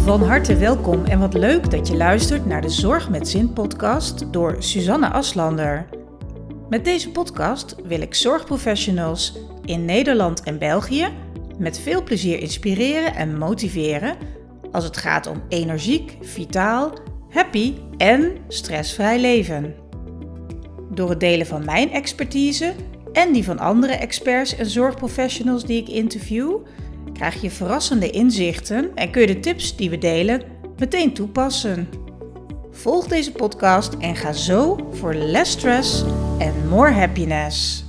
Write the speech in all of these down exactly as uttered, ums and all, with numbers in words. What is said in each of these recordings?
Van harte welkom en wat leuk dat je luistert naar de Zorg met Zin podcast door Suzanne Aslander. Met deze podcast wil ik zorgprofessionals in Nederland en België met veel plezier inspireren en motiveren als het gaat om energiek, vitaal, happy en stressvrij leven. Door het delen van mijn expertise en die van andere experts en zorgprofessionals die ik interview, krijg je verrassende inzichten en kun je de tips die we delen meteen toepassen. Volg deze podcast en ga zo voor less stress en more happiness.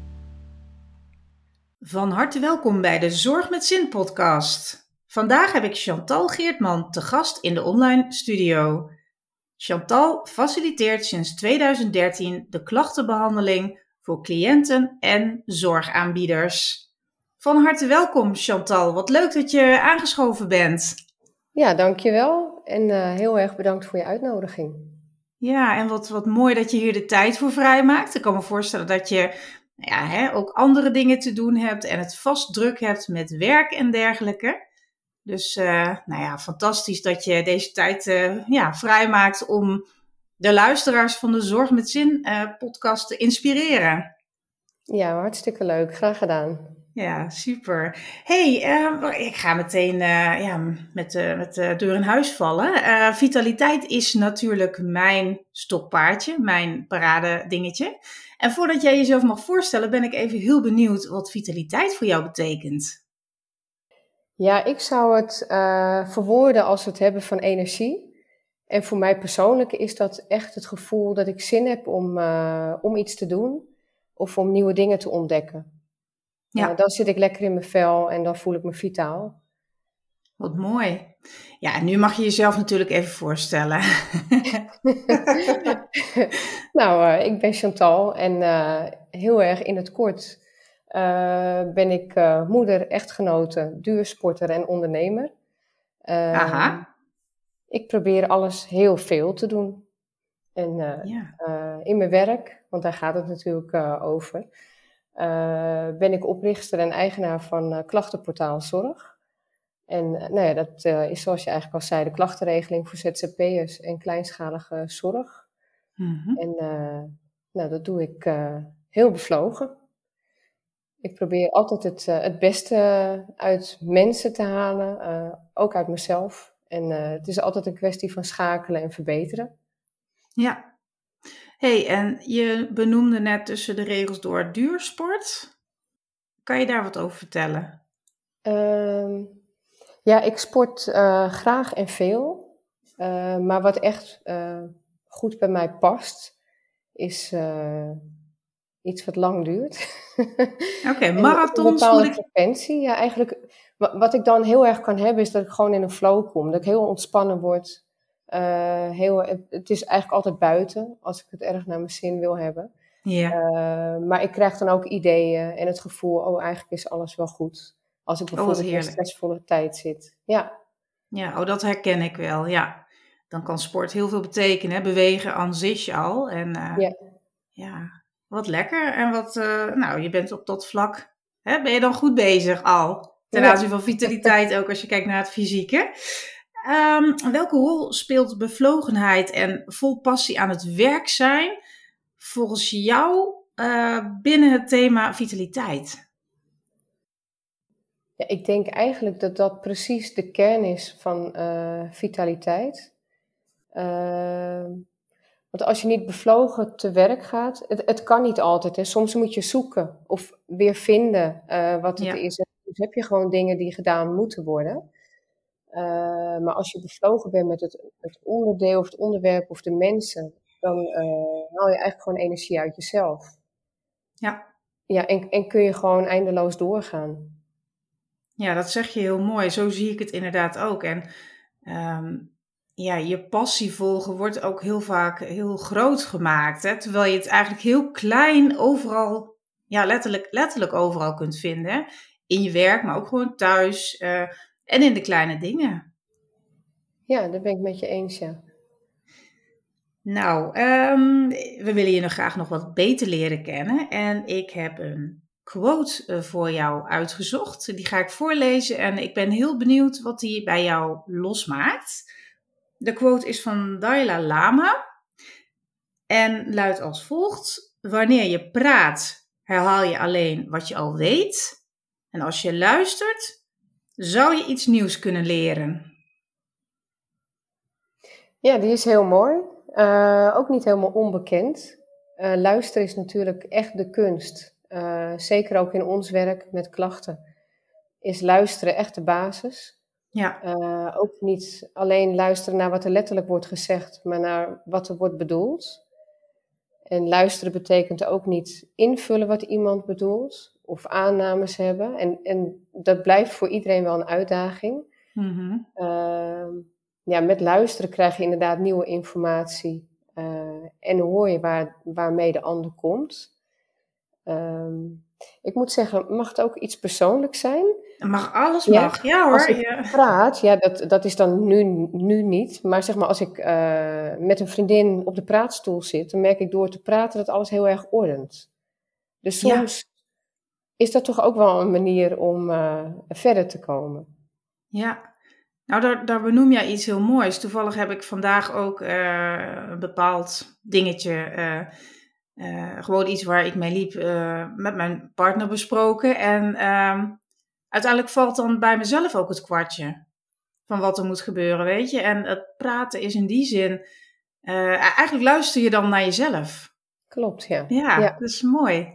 Van harte welkom bij de Zorg met Zin podcast. Vandaag heb ik Chantal Geertman te gast in de online studio. Chantal faciliteert sinds tweeduizend dertien de klachtenbehandeling voor cliënten en zorgaanbieders. Van harte welkom Chantal, wat leuk dat je aangeschoven bent. Ja, dankjewel en uh, heel erg bedankt voor je uitnodiging. Ja, en wat, wat mooi dat je hier de tijd voor vrijmaakt. Ik kan me voorstellen dat je ja, hè, ook andere dingen te doen hebt en het vast druk hebt met werk en dergelijke. Dus uh, nou ja, fantastisch dat je deze tijd uh, ja, vrijmaakt om de luisteraars van de Zorg met Zin uh, podcast te inspireren. Ja, hartstikke leuk. Graag gedaan. Ja, super. Hey, uh, ik ga meteen uh, ja, met, uh, met de deur in huis vallen. Uh, vitaliteit is natuurlijk mijn stokpaardje, mijn parade dingetje. En voordat jij jezelf mag voorstellen, ben ik even heel benieuwd wat vitaliteit voor jou betekent. Ja, ik zou het uh, verwoorden als het hebben van energie. En voor mij persoonlijk is dat echt het gevoel dat ik zin heb om, uh, om iets te doen of om nieuwe dingen te ontdekken. Ja. Uh, dan zit ik lekker in mijn vel en dan voel ik me vitaal. Wat mooi. Ja, en nu mag je jezelf natuurlijk even voorstellen. nou, uh, ik ben Chantal en uh, heel erg in het kort uh, ben ik uh, moeder, echtgenote, duursporter en ondernemer. Uh, Aha. Ik probeer alles heel veel te doen. En uh, ja. uh, in mijn werk, want daar gaat het natuurlijk uh, over, uh, ben ik oprichter en eigenaar van uh, Klachtenportaal Zorg. En uh, nou ja, dat uh, is zoals je eigenlijk al zei, de klachtenregeling voor Z Z P'ers en kleinschalige zorg. Mm-hmm. En uh, nou, dat doe ik uh, heel bevlogen. Ik probeer altijd het, uh, het beste uit mensen te halen, uh, ook uit mezelf. En uh, het is altijd een kwestie van schakelen en verbeteren. Ja. Hey, en je benoemde net tussen de regels door duursport. Kan je daar wat over vertellen? Uh, ja, ik sport uh, graag en veel. Uh, maar wat echt uh, goed bij mij past, is uh, iets wat lang duurt. Oké, okay, marathons. Een bepaalde frequentie. Ja, eigenlijk, wat ik dan heel erg kan hebben, is dat ik gewoon in een flow kom. Dat ik heel ontspannen word. Uh, heel, het, het is eigenlijk altijd buiten, als ik het erg naar mijn zin wil hebben. Ja. Uh, maar ik krijg dan ook ideeën en het gevoel, oh, eigenlijk is alles wel goed. Als ik bijvoorbeeld oh, in een stressvolle tijd zit. Ja. Ja, oh, dat herken ik wel, ja. Dan kan sport heel veel betekenen, hè? Bewegen aan zich al. En uh, ja. ja, wat lekker. En wat, uh, nou, je bent op dat vlak, hè, ben je dan goed bezig al? Ten ja. aanzien van vitaliteit ook, als je kijkt naar het fysieke. Um, welke rol speelt bevlogenheid en vol passie aan het werk zijn volgens jou uh, binnen het thema vitaliteit? Ja, ik denk eigenlijk dat dat precies de kern is van uh, vitaliteit. Uh, want als je niet bevlogen te werk gaat, het, het kan niet altijd. Hè. Soms moet je zoeken of weer vinden uh, wat het ja. is. Dus heb je gewoon dingen die gedaan moeten worden. Uh, maar als je bevlogen bent met het, het onderdeel of het onderwerp of de mensen, dan uh, haal je eigenlijk gewoon energie uit jezelf. Ja. Ja, en, en kun je gewoon eindeloos doorgaan. Ja, dat zeg je heel mooi. Zo zie ik het inderdaad ook. En um, ja, je passie volgen wordt ook heel vaak heel groot gemaakt. Hè? Terwijl je het eigenlijk heel klein overal, ja, letterlijk, letterlijk overal kunt vinden. In je werk, maar ook gewoon thuis uh, en in de kleine dingen. Ja, dat ben ik met je eens, ja. Nou, um, we willen je nog graag nog wat beter leren kennen. En ik heb een quote uh, voor jou uitgezocht. Die ga ik voorlezen en ik ben heel benieuwd wat die bij jou losmaakt. De quote is van Dalai Lama en luidt als volgt: wanneer je praat, herhaal je alleen wat je al weet. En als je luistert, zou je iets nieuws kunnen leren. Ja, die is heel mooi. Uh, ook niet helemaal onbekend. Uh, luisteren is natuurlijk echt de kunst. Uh, zeker ook in ons werk met klachten. Is luisteren echt de basis. Ja. Uh, ook niet alleen luisteren naar wat er letterlijk wordt gezegd, maar naar wat er wordt bedoeld. En luisteren betekent ook niet invullen wat iemand bedoelt of aannames hebben. En, en dat blijft voor iedereen wel een uitdaging. Mm-hmm. Uh, ja, met luisteren krijg je inderdaad nieuwe informatie. Uh, en hoor je waar, waarmee de ander komt. Um, ik moet zeggen, mag het ook iets persoonlijks zijn? Mag alles, ja, mag. Ja hoor. Als ik ja. praat, ja, dat, dat is dan nu, nu niet. Maar zeg maar, als ik uh, met een vriendin op de praatstoel zit, dan merk ik door te praten dat alles heel erg ordent. Dus soms ja. is dat toch ook wel een manier om uh, verder te komen. Ja. Nou, daar, daar benoem jij iets heel moois. Toevallig heb ik vandaag ook uh, een bepaald dingetje, uh, uh, gewoon iets waar ik mee liep, uh, met mijn partner besproken. En uh, uiteindelijk valt dan bij mezelf ook het kwartje van wat er moet gebeuren, weet je. En het praten is in die zin, uh, eigenlijk luister je dan naar jezelf. Klopt, ja. Ja, ja. dat is mooi.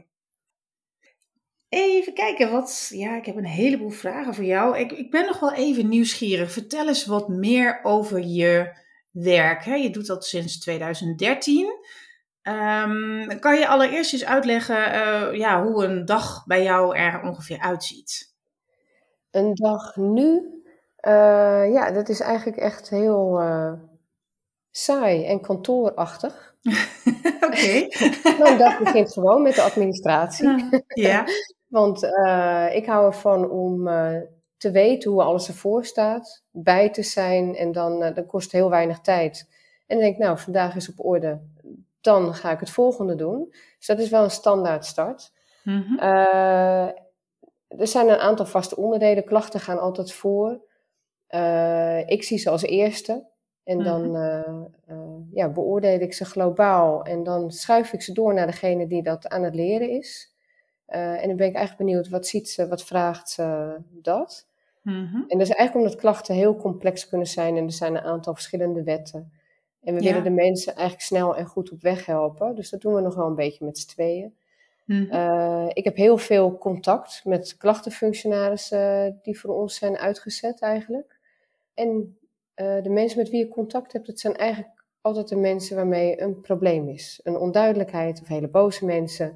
Even kijken, wat, ja, ik heb een heleboel vragen voor jou. Ik, ik ben nog wel even nieuwsgierig. Vertel eens wat meer over je werk. Hè? Je doet dat sinds twintig dertien. Um, kan je allereerst eens uitleggen uh, ja, hoe een dag bij jou er ongeveer uitziet? Een dag nu? Uh, ja, dat is eigenlijk echt heel uh, saai en kantoorachtig. Oké. Okay. Mijn dag begint gewoon met de administratie. Uh, ja. Want uh, ik hou ervan om uh, te weten hoe alles ervoor staat, bij te zijn en dan uh, dat kost heel weinig tijd. En dan denk ik, nou, vandaag is op orde, dan ga ik het volgende doen. Dus dat is wel een standaard start. Mm-hmm. Uh, er zijn een aantal vaste onderdelen, klachten gaan altijd voor. Uh, ik zie ze als eerste. En dan uh, uh, ja, beoordeel ik ze globaal en dan schuif ik ze door naar degene die dat aan het leren is. Uh, en dan ben ik eigenlijk benieuwd, wat ziet ze, wat vraagt ze dat? Mm-hmm. En dat is eigenlijk omdat klachten heel complex kunnen zijn en er zijn een aantal verschillende wetten. En we Ja. willen de mensen eigenlijk snel en goed op weg helpen, dus dat doen we nog wel een beetje met z'n tweeën. Mm-hmm. Uh, ik heb heel veel contact met klachtenfunctionarissen die voor ons zijn uitgezet eigenlijk. En Uh, de mensen met wie je contact hebt, dat zijn eigenlijk altijd de mensen waarmee een probleem is. Een onduidelijkheid of hele boze mensen.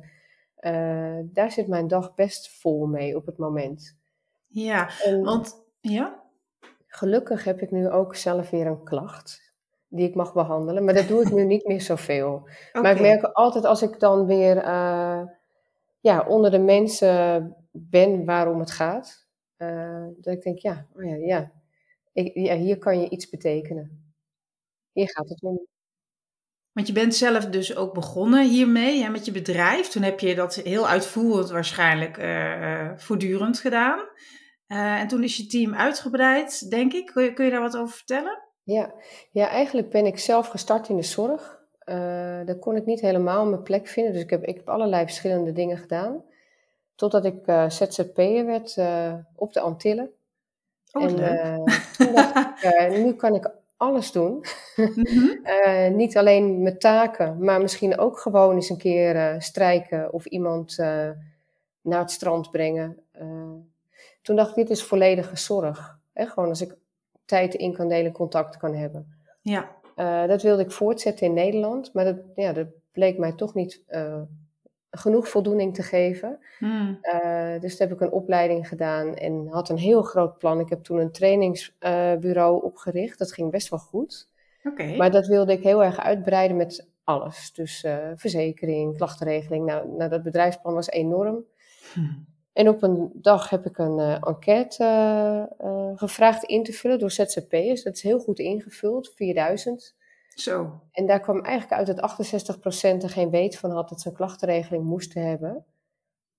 Uh, daar zit mijn dag best vol mee op het moment. Ja, en want ja. Gelukkig heb ik nu ook zelf weer een klacht die ik mag behandelen. Maar dat doe ik nu niet meer zoveel. Okay. Maar ik merk altijd als ik dan weer uh, ja, onder de mensen ben waarom het gaat. Uh, dat ik denk, ja, oh ja, ja. Ik, ja, hier kan je iets betekenen. Hier gaat het om. Want je bent zelf dus ook begonnen hiermee, hè, met je bedrijf. Toen heb je dat heel uitvoerend waarschijnlijk uh, voortdurend gedaan. Uh, en toen is je team uitgebreid, denk ik. Kun je, kun je daar wat over vertellen? Ja. ja, eigenlijk ben ik zelf gestart in de zorg. Uh, daar kon ik niet helemaal mijn plek vinden. Dus ik heb, ik heb allerlei verschillende dingen gedaan. Totdat ik uh, Z Z P'er werd uh, op de Antillen. Oh, en leuk. Uh, toen dacht ik, uh, nu kan ik alles doen. Mm-hmm. uh, niet alleen mijn taken, maar misschien ook gewoon eens een keer uh, strijken of iemand uh, naar het strand brengen. Uh, toen dacht ik, dit is volledige zorg. Hè? Gewoon als ik tijd in kan delen, contact kan hebben. Ja. Uh, dat wilde ik voortzetten in Nederland, maar dat, ja, dat bleek mij toch niet uh, genoeg voldoening te geven. Mm. Uh, dus toen heb ik een opleiding gedaan en had een heel groot plan. Ik heb toen een trainingsbureau uh, opgericht. Dat ging best wel goed. Okay. Maar dat wilde ik heel erg uitbreiden met alles. Dus uh, verzekering, klachtenregeling. Nou, nou, dat bedrijfsplan was enorm. Hmm. En op een dag heb ik een uh, enquête uh, uh, gevraagd in te vullen door Z Z P'ers. Dat is heel goed ingevuld, vierduizend. Zo. En daar kwam eigenlijk uit dat achtenzestig procent er geen weet van had dat ze een klachtenregeling moesten hebben.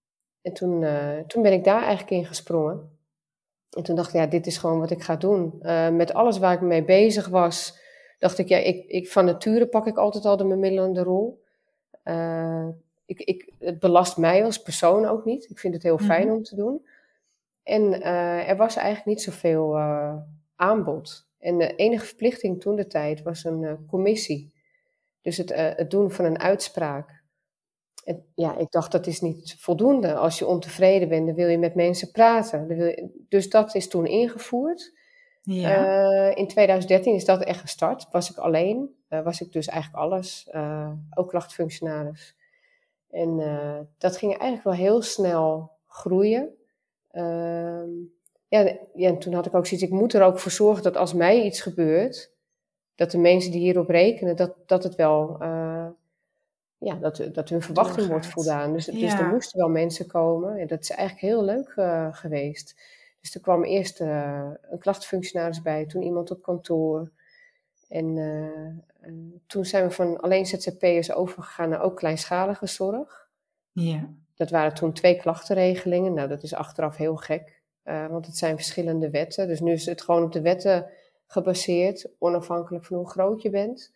En toen, uh, toen ben ik daar eigenlijk in gesprongen. En toen dacht ik, ja, dit is gewoon wat ik ga doen. Uh, met alles waar ik mee bezig was, dacht ik, ja, ik, ik, van nature pak ik altijd al de bemiddelende rol. Uh, ik, ik, het belast mij als persoon ook niet. Ik vind het heel fijn Mhm. om te doen. En uh, er was eigenlijk niet zoveel uh, aanbod. En de enige verplichting toen de tijd was een uh, commissie. Dus het, uh, het doen van een uitspraak. En ja, ik dacht dat is niet voldoende. Als je ontevreden bent, dan wil je met mensen praten. Dan wil je, dus dat is toen ingevoerd. Ja. Uh, in twintig dertien is dat echt gestart. Was ik alleen. Uh, was ik dus eigenlijk alles. Uh, ook klachtfunctionaris. En uh, dat ging eigenlijk wel heel snel groeien. Uh, ja, ja, en toen had ik ook zoiets, ik moet er ook voor zorgen dat als mij iets gebeurt, dat de mensen die hierop rekenen, dat, dat het wel, uh, ja, dat, dat hun verwachting Doorgaat. wordt voldaan. Dus, Ja. dus er moesten wel mensen komen. En dat is eigenlijk heel leuk uh, geweest. Dus er kwam eerst uh, een klachtfunctionaris bij, toen iemand op kantoor. En uh, uh, toen zijn we van alleen Z Z P'ers overgegaan naar ook kleinschalige zorg. Ja. Dat waren toen twee klachtenregelingen. Nou, dat is achteraf heel gek, uh, want het zijn verschillende wetten. Dus nu is het gewoon op de wetten gebaseerd, onafhankelijk van hoe groot je bent.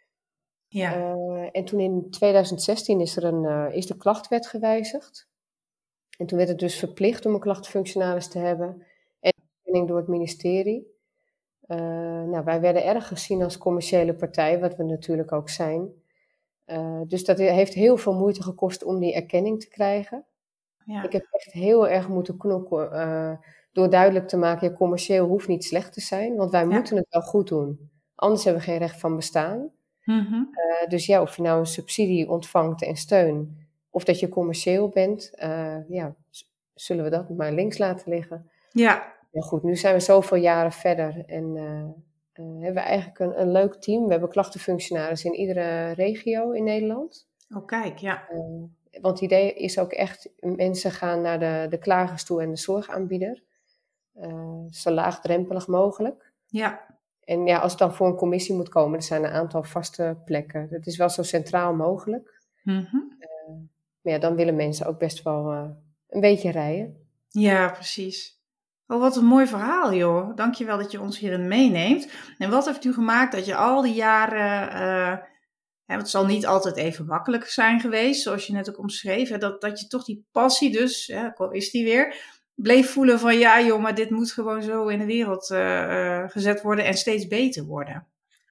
Ja. Uh, en toen in twintig zestien is, er een, uh, is de klachtwet gewijzigd. En toen werd het dus verplicht om een klachtfunctionaris te hebben. En erkenning door het ministerie. Uh, nou, wij werden erg gezien als commerciële partij, wat we natuurlijk ook zijn. Uh, dus dat heeft heel veel moeite gekost om die erkenning te krijgen. Ja. Ik heb echt heel erg moeten knokken uh, door duidelijk te maken, ja, commercieel hoeft niet slecht te zijn, want wij ja. moeten het wel goed doen. Anders hebben we geen recht van bestaan. Mm-hmm. Uh, dus ja, of je nou een subsidie ontvangt en steun, of dat je commercieel bent, uh, ja, z- zullen we dat maar links laten liggen. Ja. Ja, goed, nu zijn we zoveel jaren verder en uh, uh, hebben we eigenlijk een, een leuk team. We hebben klachtenfunctionarissen in iedere regio in Nederland. Oh, kijk, ja. Uh, want het idee is ook echt, mensen gaan naar de, de klagers toe en de zorgaanbieder. Uh, zo laagdrempelig mogelijk. Ja. En ja, als het dan voor een commissie moet komen, er zijn een aantal vaste plekken. Het is wel zo centraal mogelijk. Mm-hmm. Uh, maar ja, dan willen mensen ook best wel uh, een beetje rijden. Ja, precies. Oh, wat een mooi verhaal, joh. Dankjewel dat je ons hierin meeneemt. En wat heeft u gemaakt dat je al die jaren... Uh, hè, het zal niet altijd even makkelijk zijn geweest, zoals je net ook omschreef. Hè, dat, dat je toch die passie dus, hè, is die weer, bleef voelen van... ja joh, maar dit moet gewoon zo in de wereld uh, uh, gezet worden en steeds beter worden.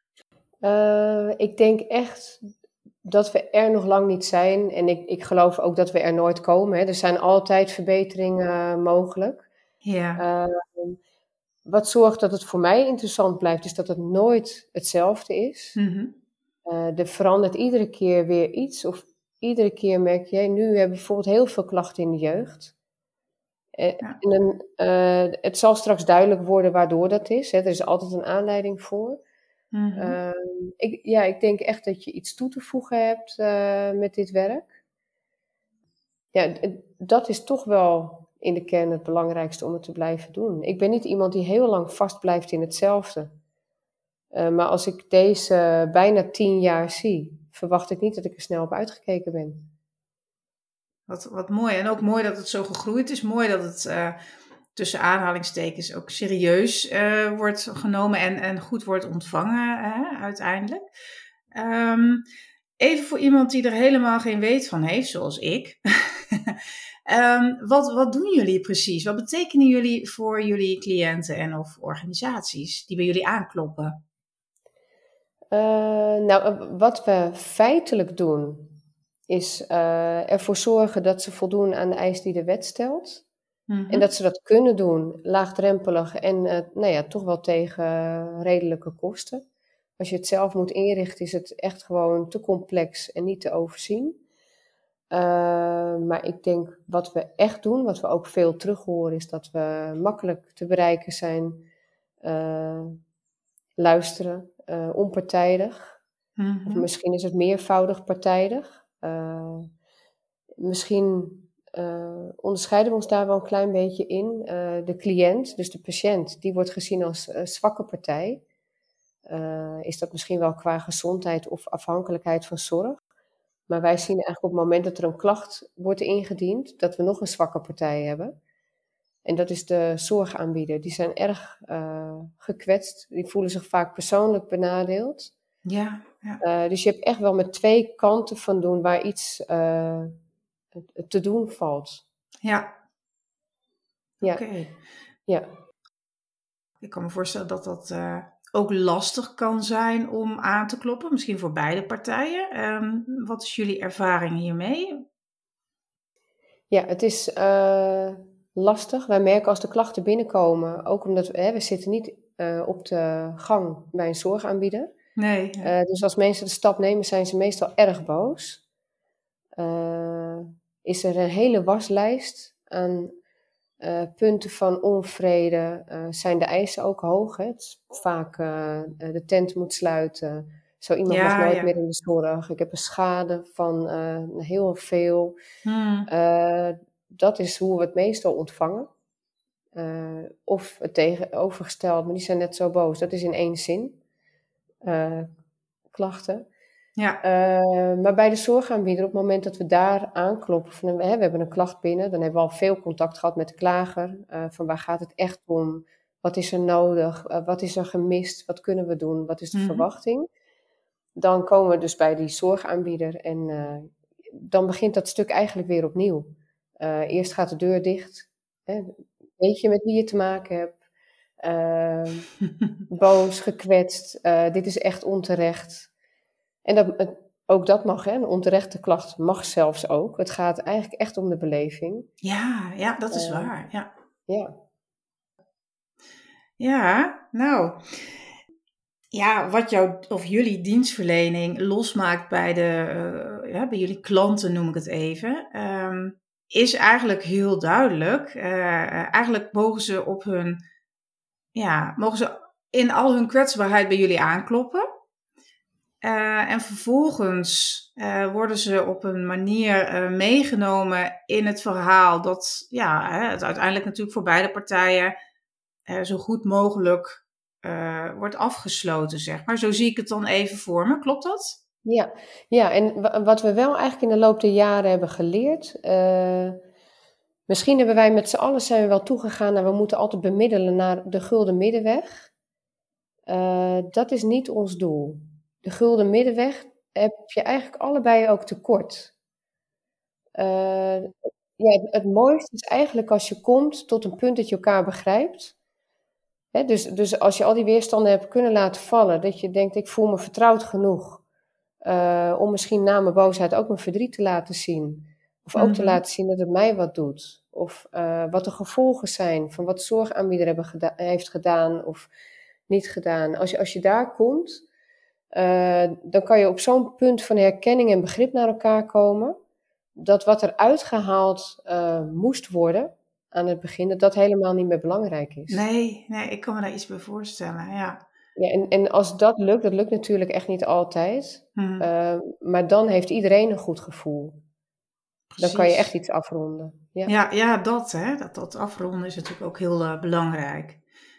Uh, ik denk echt dat we er nog lang niet zijn. En ik, ik geloof ook dat we er nooit komen. Hè. Er zijn altijd verbeteringen uh, mogelijk. Ja. Uh, wat zorgt dat het voor mij interessant blijft, is dat het nooit hetzelfde is. Mm-hmm. Uh, er verandert iedere keer weer iets. Of iedere keer merk je, nu hebben we bijvoorbeeld heel veel klachten in de jeugd. Uh, Ja. en een, uh, het zal straks duidelijk worden waardoor dat is. Hè. Er is altijd een aanleiding voor. Mm-hmm. Uh, ik, ja, ik denk echt dat je iets toe te voegen hebt uh, met dit werk. Ja, d- dat is toch wel in de kern het belangrijkste om het te blijven doen. Ik ben niet iemand die heel lang vast blijft in hetzelfde. Uh, maar als ik deze uh, bijna tien jaar zie, verwacht ik niet dat ik er snel op uitgekeken ben. Wat, wat mooi. En ook mooi dat het zo gegroeid is. Mooi dat het uh, tussen aanhalingstekens ook serieus uh, wordt genomen en, en goed wordt ontvangen uh, uiteindelijk. Um, even voor iemand die er helemaal geen weet van heeft, zoals ik. um, wat, wat doen jullie precies? Wat betekenen jullie voor jullie cliënten en of organisaties die bij jullie aankloppen? Uh, nou, wat we feitelijk doen, is uh, ervoor zorgen dat ze voldoen aan de eis die de wet stelt. Mm-hmm. En dat ze dat kunnen doen, laagdrempelig en uh, nou ja, toch wel tegen uh, redelijke kosten. Als je het zelf moet inrichten, is het echt gewoon te complex en niet te overzien. Uh, maar ik denk wat we echt doen, wat we ook veel terug horen, is dat we makkelijk te bereiken zijn, uh, luisteren, uh, onpartijdig. Mm-hmm. Of misschien is het meervoudig partijdig. Uh, misschien uh, onderscheiden we ons daar wel een klein beetje in. Uh, de cliënt, dus de patiënt, die wordt gezien als uh, zwakke partij. Uh, is dat misschien wel qua gezondheid of afhankelijkheid van zorg. Maar wij zien eigenlijk op het moment dat er een klacht wordt ingediend, dat we nog een zwakke partij hebben. En dat is de zorgaanbieder. Die zijn erg uh, gekwetst. Die voelen zich vaak persoonlijk benadeeld. Ja, ja. Uh, dus je hebt echt wel met twee kanten van doen waar iets uh, te doen valt. Ja. Ja. Oké. Okay. Ja. Ik kan me voorstellen dat dat uh, ook lastig kan zijn om aan te kloppen. Misschien voor beide partijen. Um, wat is jullie ervaring hiermee? Ja, het is uh, lastig. Wij merken als de klachten binnenkomen, ook omdat we, hè, we zitten niet uh, op de gang bij een zorgaanbieder. Nee. Ja. Uh, dus als mensen de stap nemen, zijn ze meestal erg boos. Uh, is er een hele waslijst aan uh, punten van onvrede. Uh, zijn de eisen ook hoog? Hè? Het is vaak uh, de tent moet sluiten. Zo iemand ja, mag nooit ja. meer in de zorg. Ik heb een schade van uh, heel veel. Hmm. Uh, dat is hoe we het meestal ontvangen. Uh, of het tegenovergesteld, maar die zijn net zo boos. Dat is in één zin. Uh, klachten. Ja. Uh, maar bij de zorgaanbieder, op het moment dat we daar aankloppen, van, hè, we hebben een klacht binnen, dan hebben we al veel contact gehad met de klager. Uh, van waar gaat het echt om? Wat is er nodig? Uh, wat is er gemist? Wat kunnen we doen? Wat is de mm-hmm. verwachting? Dan komen we dus bij die zorgaanbieder en uh, dan begint dat stuk eigenlijk weer opnieuw. Uh, eerst gaat de deur dicht. Hè? Weet je met wie je te maken hebt? Uh, boos, gekwetst. Uh, dit is echt onterecht. En dat, ook dat mag, hè? Een onterechte klacht mag zelfs ook. Het gaat eigenlijk echt om de beleving. Ja, ja, dat is uh, waar. Ja. Ja. Ja, nou... Ja, wat jouw of jullie dienstverlening losmaakt bij, de, uh, ja, bij jullie klanten, noem ik het even, um, is eigenlijk heel duidelijk. Uh, eigenlijk mogen ze op hun, ja, mogen ze in al hun kwetsbaarheid bij jullie aankloppen. Uh, en vervolgens uh, worden ze op een manier uh, meegenomen in het verhaal dat, ja, het uiteindelijk natuurlijk voor beide partijen uh, zo goed mogelijk Uh, wordt afgesloten, zeg maar. Zo zie ik het dan even voor me. Klopt dat? Ja, ja, en w- wat we wel eigenlijk in de loop der jaren hebben geleerd... Uh, misschien hebben wij met z'n allen zijn we wel toegegaan naar... we moeten altijd bemiddelen naar de gulden middenweg. Uh, dat is niet ons doel. De gulden middenweg heb je eigenlijk allebei ook tekort. Uh, ja, het mooiste is eigenlijk als je komt tot een punt dat je elkaar begrijpt... He, dus, dus als je al die weerstanden hebt kunnen laten vallen, dat je denkt, ik voel me vertrouwd genoeg uh, om misschien na mijn boosheid ook mijn verdriet te laten zien. Of ook mm-hmm. te laten zien dat het mij wat doet. Of uh, wat de gevolgen zijn van wat de zorgaanbieder hebben geda- heeft gedaan of niet gedaan. Als je, als je daar komt, uh, dan kan je op zo'n punt van herkenning en begrip naar elkaar komen, dat wat er uitgehaald uh, moest worden aan het begin, dat dat helemaal niet meer belangrijk is. Nee, nee, ik kan me daar iets bij voorstellen, ja. Ja, en, en als dat lukt, dat lukt natuurlijk echt niet altijd, hmm. uh, maar dan heeft iedereen een goed gevoel. Precies. Dan kan je echt iets afronden. Ja, ja, ja dat, hè, dat, dat afronden is natuurlijk ook heel uh, belangrijk.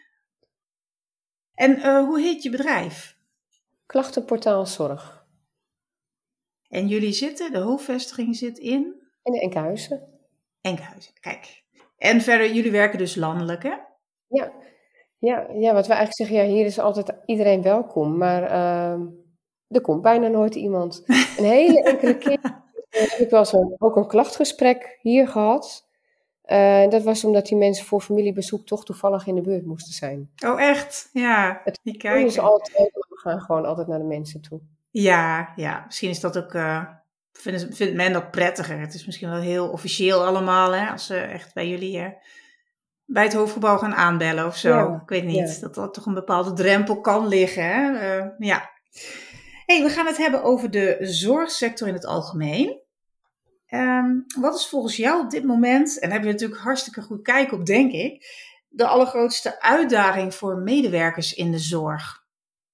En uh, hoe heet je bedrijf? Klachtenportaal Zorg. En jullie zitten, de hoofdvestiging zit in? In Enkhuizen. Enkhuizen, kijk. En verder, jullie werken dus landelijk, hè? Ja, ja, ja wat we eigenlijk zeggen, ja, hier is altijd iedereen welkom. Maar uh, er komt bijna nooit iemand. Een hele enkele keer heb ik wel zo ook een klachtgesprek hier gehad. Uh, dat was omdat die mensen voor familiebezoek toch toevallig in de buurt moesten zijn. Oh, echt? Ja, het die kijken. Is altijd, we gaan gewoon altijd naar de mensen toe. Ja, ja. Misschien is dat ook... Uh... Vindt, vindt men dat prettiger? Het is misschien wel heel officieel allemaal, hè? Als ze echt bij jullie uh, bij het hoofdgebouw gaan aanbellen of zo. Ja, ik weet niet, ja. dat dat toch een bepaalde drempel kan liggen. Hè? Uh, ja. Hey, we gaan het hebben over de zorgsector in het algemeen. Um, wat is volgens jou op dit moment, en daar heb je natuurlijk hartstikke goed kijk op, denk ik, de allergrootste uitdaging voor medewerkers in de zorg?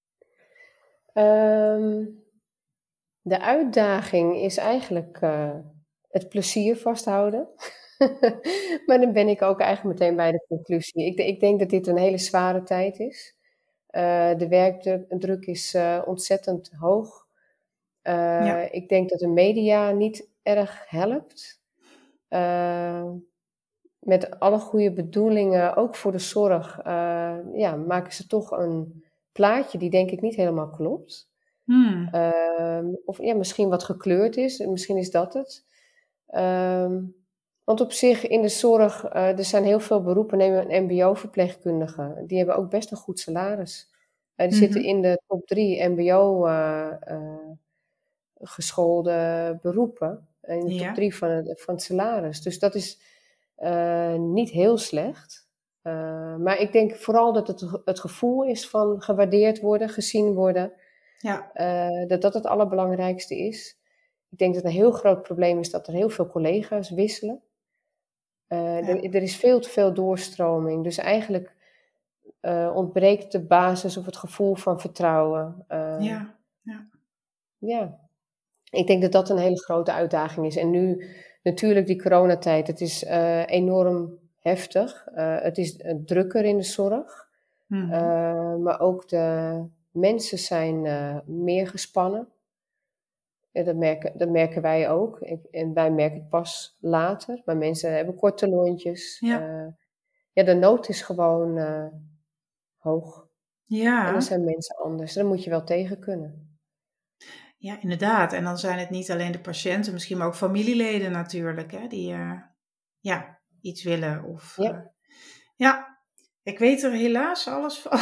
Um... De uitdaging is eigenlijk uh, het plezier vasthouden. Maar dan ben ik ook eigenlijk meteen bij de conclusie. Ik, ik denk dat dit een hele zware tijd is. Uh, de werkdruk is uh, ontzettend hoog. Uh, Ja. Ik denk dat de media niet erg helpt. Uh, met alle goede bedoelingen, ook voor de zorg, uh, ja, maken ze toch een plaatje die denk ik niet helemaal klopt. Hmm. Uh, of ja, misschien wat gekleurd is, misschien is dat het. Uh, want op zich in de zorg, uh, er zijn heel veel beroepen, neem een mbo-verpleegkundige, die hebben ook best een goed salaris. Uh, die Mm-hmm. zitten in de top drie mbo uh, uh, geschoolde beroepen. In de Ja. top drie van het, van het salaris. Dus dat is uh, niet heel slecht. Uh, maar ik denk vooral dat het het gevoel is van gewaardeerd worden, gezien worden. Ja. Uh, dat dat het allerbelangrijkste is. Ik denk dat een heel groot probleem is dat er heel veel collega's wisselen. Uh, Ja. er, er is veel te veel doorstroming. Dus eigenlijk uh, ontbreekt de basis of het gevoel van vertrouwen. Uh, Ja. Ja. Ja. Ik denk dat dat een hele grote uitdaging is. En nu natuurlijk die coronatijd, het is uh, enorm heftig. Uh, het is uh, drukker in de zorg. Mm-hmm. Uh, maar ook de mensen zijn uh, meer gespannen. Ja, dat, merken, dat merken wij ook. Ik, en wij merken het pas later. Maar mensen hebben korte lontjes. Ja. Uh, ja, de nood is gewoon uh, hoog. Ja. En dan zijn mensen anders. Daar moet je wel tegen kunnen. Ja, inderdaad. En dan zijn het niet alleen de patiënten, misschien maar ook familieleden natuurlijk, hè, die uh, ja, iets willen. Of, Ja. Uh, ja, ik weet er helaas alles van.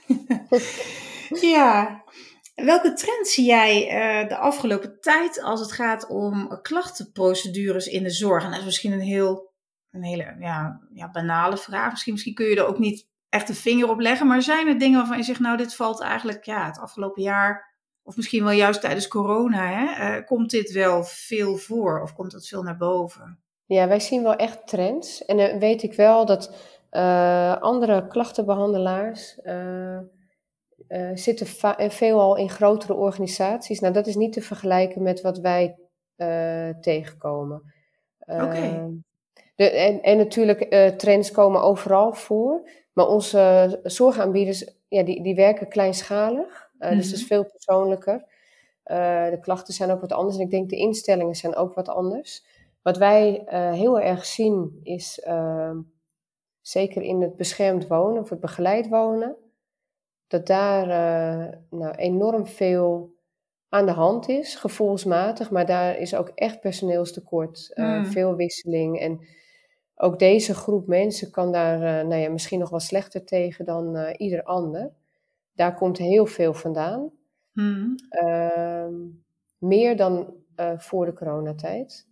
Ja. Welke trend zie jij uh, de afgelopen tijd als het gaat om klachtenprocedures in de zorg? En dat is misschien een heel een hele ja, ja, banale vraag. Misschien, misschien kun je er ook niet echt een vinger op leggen. Maar zijn er dingen waarvan je zegt, nou, dit valt eigenlijk ja, het afgelopen jaar, of misschien wel juist tijdens corona, hè, uh, komt dit wel veel voor? Of komt dat veel naar boven? Ja, wij zien wel echt trends. En dan weet ik wel dat uh, andere klachtenbehandelaars uh, uh, zitten va- veelal in grotere organisaties. Nou, dat is niet te vergelijken met wat wij uh, tegenkomen. Uh, Oké. Okay. De, en, en natuurlijk, uh, trends komen overal voor. Maar onze zorgaanbieders, ja, die, die werken kleinschalig. Uh, Mm-hmm. Dus dat is veel persoonlijker. Uh, de klachten zijn ook wat anders. En ik denk de instellingen zijn ook wat anders. Wat wij uh, heel erg zien is, uh, zeker in het beschermd wonen of het begeleid wonen, dat daar uh, nou, enorm veel aan de hand is, gevoelsmatig. Maar daar is ook echt personeelstekort, uh, Mm. veel wisseling. En ook deze groep mensen kan daar uh, nou ja, misschien nog wel slechter tegen dan uh, ieder ander. Daar komt heel veel vandaan. Mm. Uh, meer dan uh, voor de coronatijd.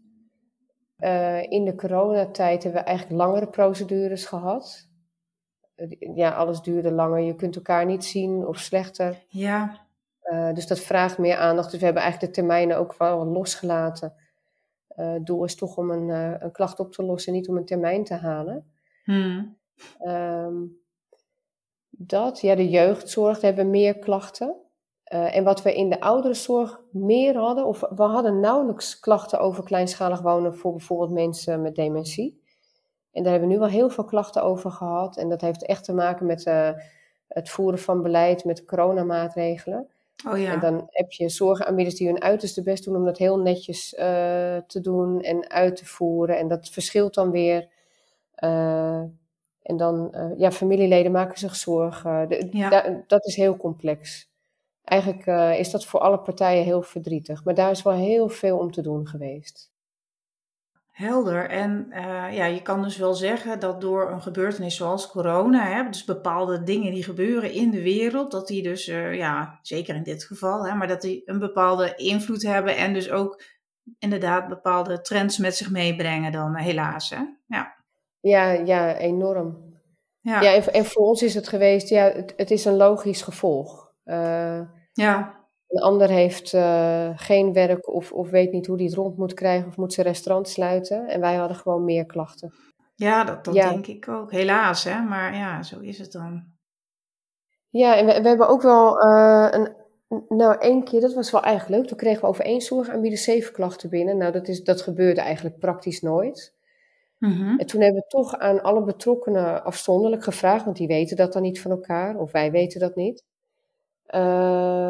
Uh, in de coronatijd hebben we eigenlijk langere procedures gehad. Uh, ja, alles duurde langer. Je kunt elkaar niet zien of slechter. Ja. Uh, dus dat vraagt meer aandacht. Dus we hebben eigenlijk de termijnen ook wel losgelaten. Uh, het doel is toch om een, uh, een klacht op te lossen, niet om een termijn te halen. Mm. Um, dat, ja, de jeugdzorg, daar hebben we meer klachten. Uh, en wat we in de ouderenzorg meer hadden, of we hadden nauwelijks klachten over kleinschalig wonen voor bijvoorbeeld mensen met dementie. En daar hebben we nu wel heel veel klachten over gehad. En dat heeft echt te maken met uh, het voeren van beleid met coronamaatregelen. Oh ja. En dan heb je zorgaanbieders die hun uiterste best doen om dat heel netjes uh, te doen en uit te voeren. En dat verschilt dan weer. Uh, en dan, uh, ja, familieleden maken zich zorgen. De, Ja. da, dat is heel complex. Eigenlijk uh, is dat voor alle partijen heel verdrietig. Maar daar is wel heel veel om te doen geweest. Helder. En uh, ja, je kan dus wel zeggen dat door een gebeurtenis zoals corona, hè, dus bepaalde dingen die gebeuren in de wereld, dat die dus, uh, ja, zeker in dit geval, hè, maar dat die een bepaalde invloed hebben en dus ook inderdaad bepaalde trends met zich meebrengen dan, helaas. Hè? Ja. Ja, ja, enorm. Ja. Ja, en, en voor ons is het geweest, ja, het, het is een logisch gevolg. Uh, ja. Een ander heeft uh, geen werk of, of weet niet hoe hij het rond moet krijgen of moet zijn restaurant sluiten. En wij hadden gewoon meer klachten. Ja, dat, dat ja. denk ik ook. Helaas, hè? Maar ja, zo is het dan. Ja, en we, we hebben ook wel uh, een, nou één keer, dat was wel eigenlijk leuk. Toen kregen we over één zorgaanbieder zeven klachten binnen. Nou, dat, is, dat gebeurde eigenlijk praktisch nooit. Mm-hmm. En toen hebben we toch aan alle betrokkenen afzonderlijk gevraagd, want die weten dat dan niet van elkaar, of wij weten dat niet. Uh,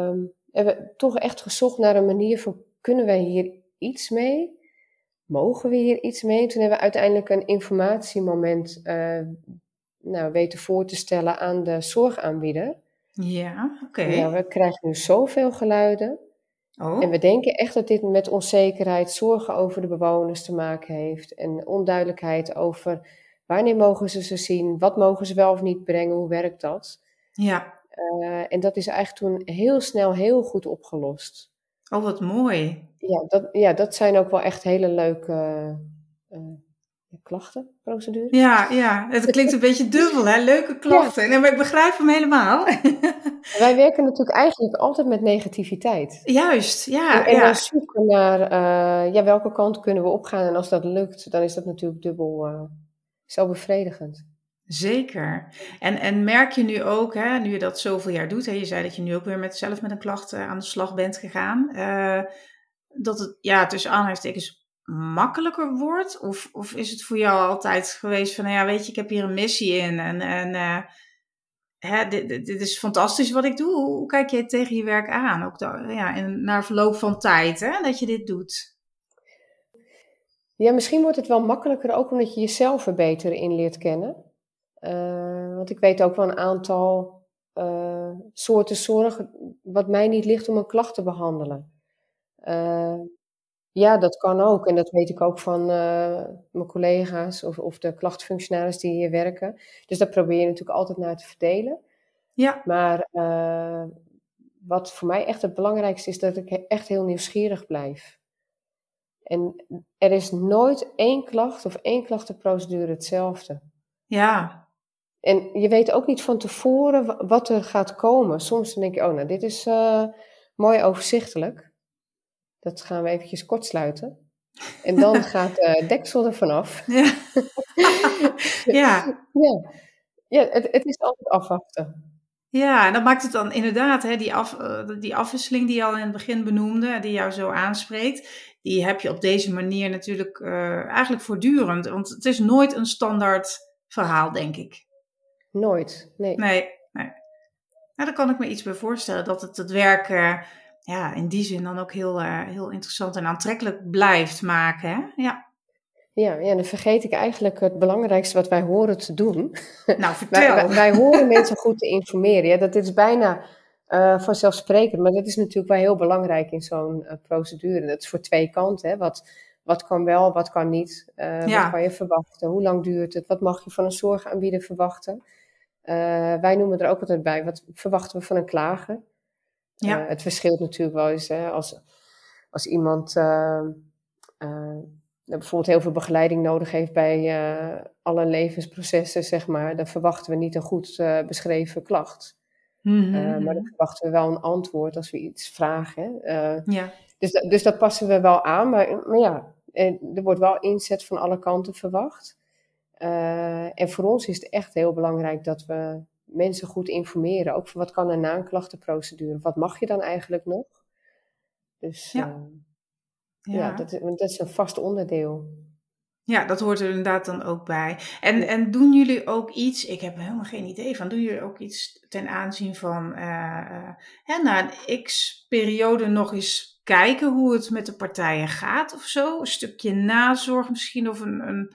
hebben we toch echt gezocht naar een manier van, kunnen wij hier iets mee? Mogen we hier iets mee? Toen hebben we uiteindelijk een informatiemoment uh, nou, weten voor te stellen aan de zorgaanbieder. Ja, oké. Okay. Nou, we krijgen nu zoveel geluiden. Oh. En we denken echt dat dit met onzekerheid, zorgen over de bewoners te maken heeft. En onduidelijkheid over wanneer mogen ze ze zien, wat mogen ze wel of niet brengen, hoe werkt dat? Ja. Uh, en dat is eigenlijk toen heel snel heel goed opgelost. Oh, wat mooi. Ja, dat, ja, dat zijn ook wel echt hele leuke uh, klachtenprocedures. Ja, ja, het klinkt een beetje dubbel, hè? Leuke klachten. Ja. Nee, maar ik begrijp hem helemaal. Wij werken natuurlijk eigenlijk altijd met negativiteit. Juist, ja. En, en ja. dan zoeken naar uh, ja, welke kant kunnen we opgaan. En als dat lukt, dan is dat natuurlijk dubbel uh, zo bevredigend. Zeker. En, en merk je nu ook, hè, nu je dat zoveel jaar doet, hè, je zei dat je nu ook weer met, zelf met een klacht uh, aan de slag bent gegaan, uh, dat het, ja, tussen aanhalingstekens makkelijker wordt? Of, of is het voor jou altijd geweest van, nou ja, weet je, ik heb hier een missie in en, en uh, hè, dit, dit is fantastisch wat ik doe. Hoe, hoe kijk je tegen je werk aan? Ook da, ja, in, na verloop van tijd, hè, dat je dit doet? Ja, misschien wordt het wel makkelijker ook omdat je jezelf er beter in leert kennen. Uh, want ik weet ook wel een aantal uh, soorten zorg wat mij niet ligt om een klacht te behandelen. Uh, ja, dat kan ook. En dat weet ik ook van uh, mijn collega's of, of de klachtfunctionaris die hier werken. Dus daar probeer je natuurlijk altijd naar te verdelen. Ja. Maar uh, wat voor mij echt het belangrijkste is, dat ik echt heel nieuwsgierig blijf. En er is nooit één klacht of één klachtenprocedure hetzelfde. Ja. En je weet ook niet van tevoren wat er gaat komen. Soms dan denk je, oh nou, dit is uh, mooi overzichtelijk. Dat gaan we eventjes kortsluiten. En dan gaat de uh, deksel er vanaf. Ja. ja. ja. ja het, het is altijd afwachten. Ja, en dat maakt het dan inderdaad, hè, die, af, die afwisseling die je al in het begin benoemde, die jou zo aanspreekt, die heb je op deze manier natuurlijk uh, eigenlijk voortdurend. Want het is nooit een standaard verhaal, denk ik. Nooit, nee. Nee, nee. Nou, daar kan ik me iets bij voorstellen, dat het het werk uh, ja, in die zin dan ook heel, uh, heel interessant en aantrekkelijk blijft maken. Hè? Ja. Ja, ja, dan vergeet ik eigenlijk het belangrijkste wat wij horen te doen. Nou, vertel. wij, wij, wij horen mensen goed te informeren. Ja, dat is bijna uh, vanzelfsprekend, maar dat is natuurlijk wel heel belangrijk in zo'n uh, procedure. Dat is voor twee kanten. Hè. Wat, wat kan wel, wat kan niet? Uh, ja. Wat kan je verwachten? Hoe lang duurt het? Wat mag je van een zorgaanbieder verwachten? Uh, wij noemen er ook altijd bij, wat verwachten we van een klager? Ja. Uh, het verschilt natuurlijk wel eens. Hè, als, als iemand uh, uh, bijvoorbeeld heel veel begeleiding nodig heeft bij uh, alle levensprocessen, zeg maar, dan verwachten we niet een goed uh, beschreven klacht. Mm-hmm. Uh, maar dan verwachten we wel een antwoord als we iets vragen. Uh, ja. dus, dus dat passen we wel aan, maar, maar ja, er wordt wel inzet van alle kanten verwacht. Uh, en voor ons is het echt heel belangrijk dat we mensen goed informeren. Ook voor wat kan er na een klachtenprocedure? Wat mag je dan eigenlijk nog? Dus ja, uh, ja. ja dat, dat is een vast onderdeel. Ja, dat hoort er inderdaad dan ook bij. En, ja. en doen jullie ook iets, ik heb er helemaal geen idee van, doen jullie ook iets ten aanzien van uh, uh, hè, na een x-periode nog eens kijken hoe het met de partijen gaat of zo? Een stukje nazorg misschien of een... een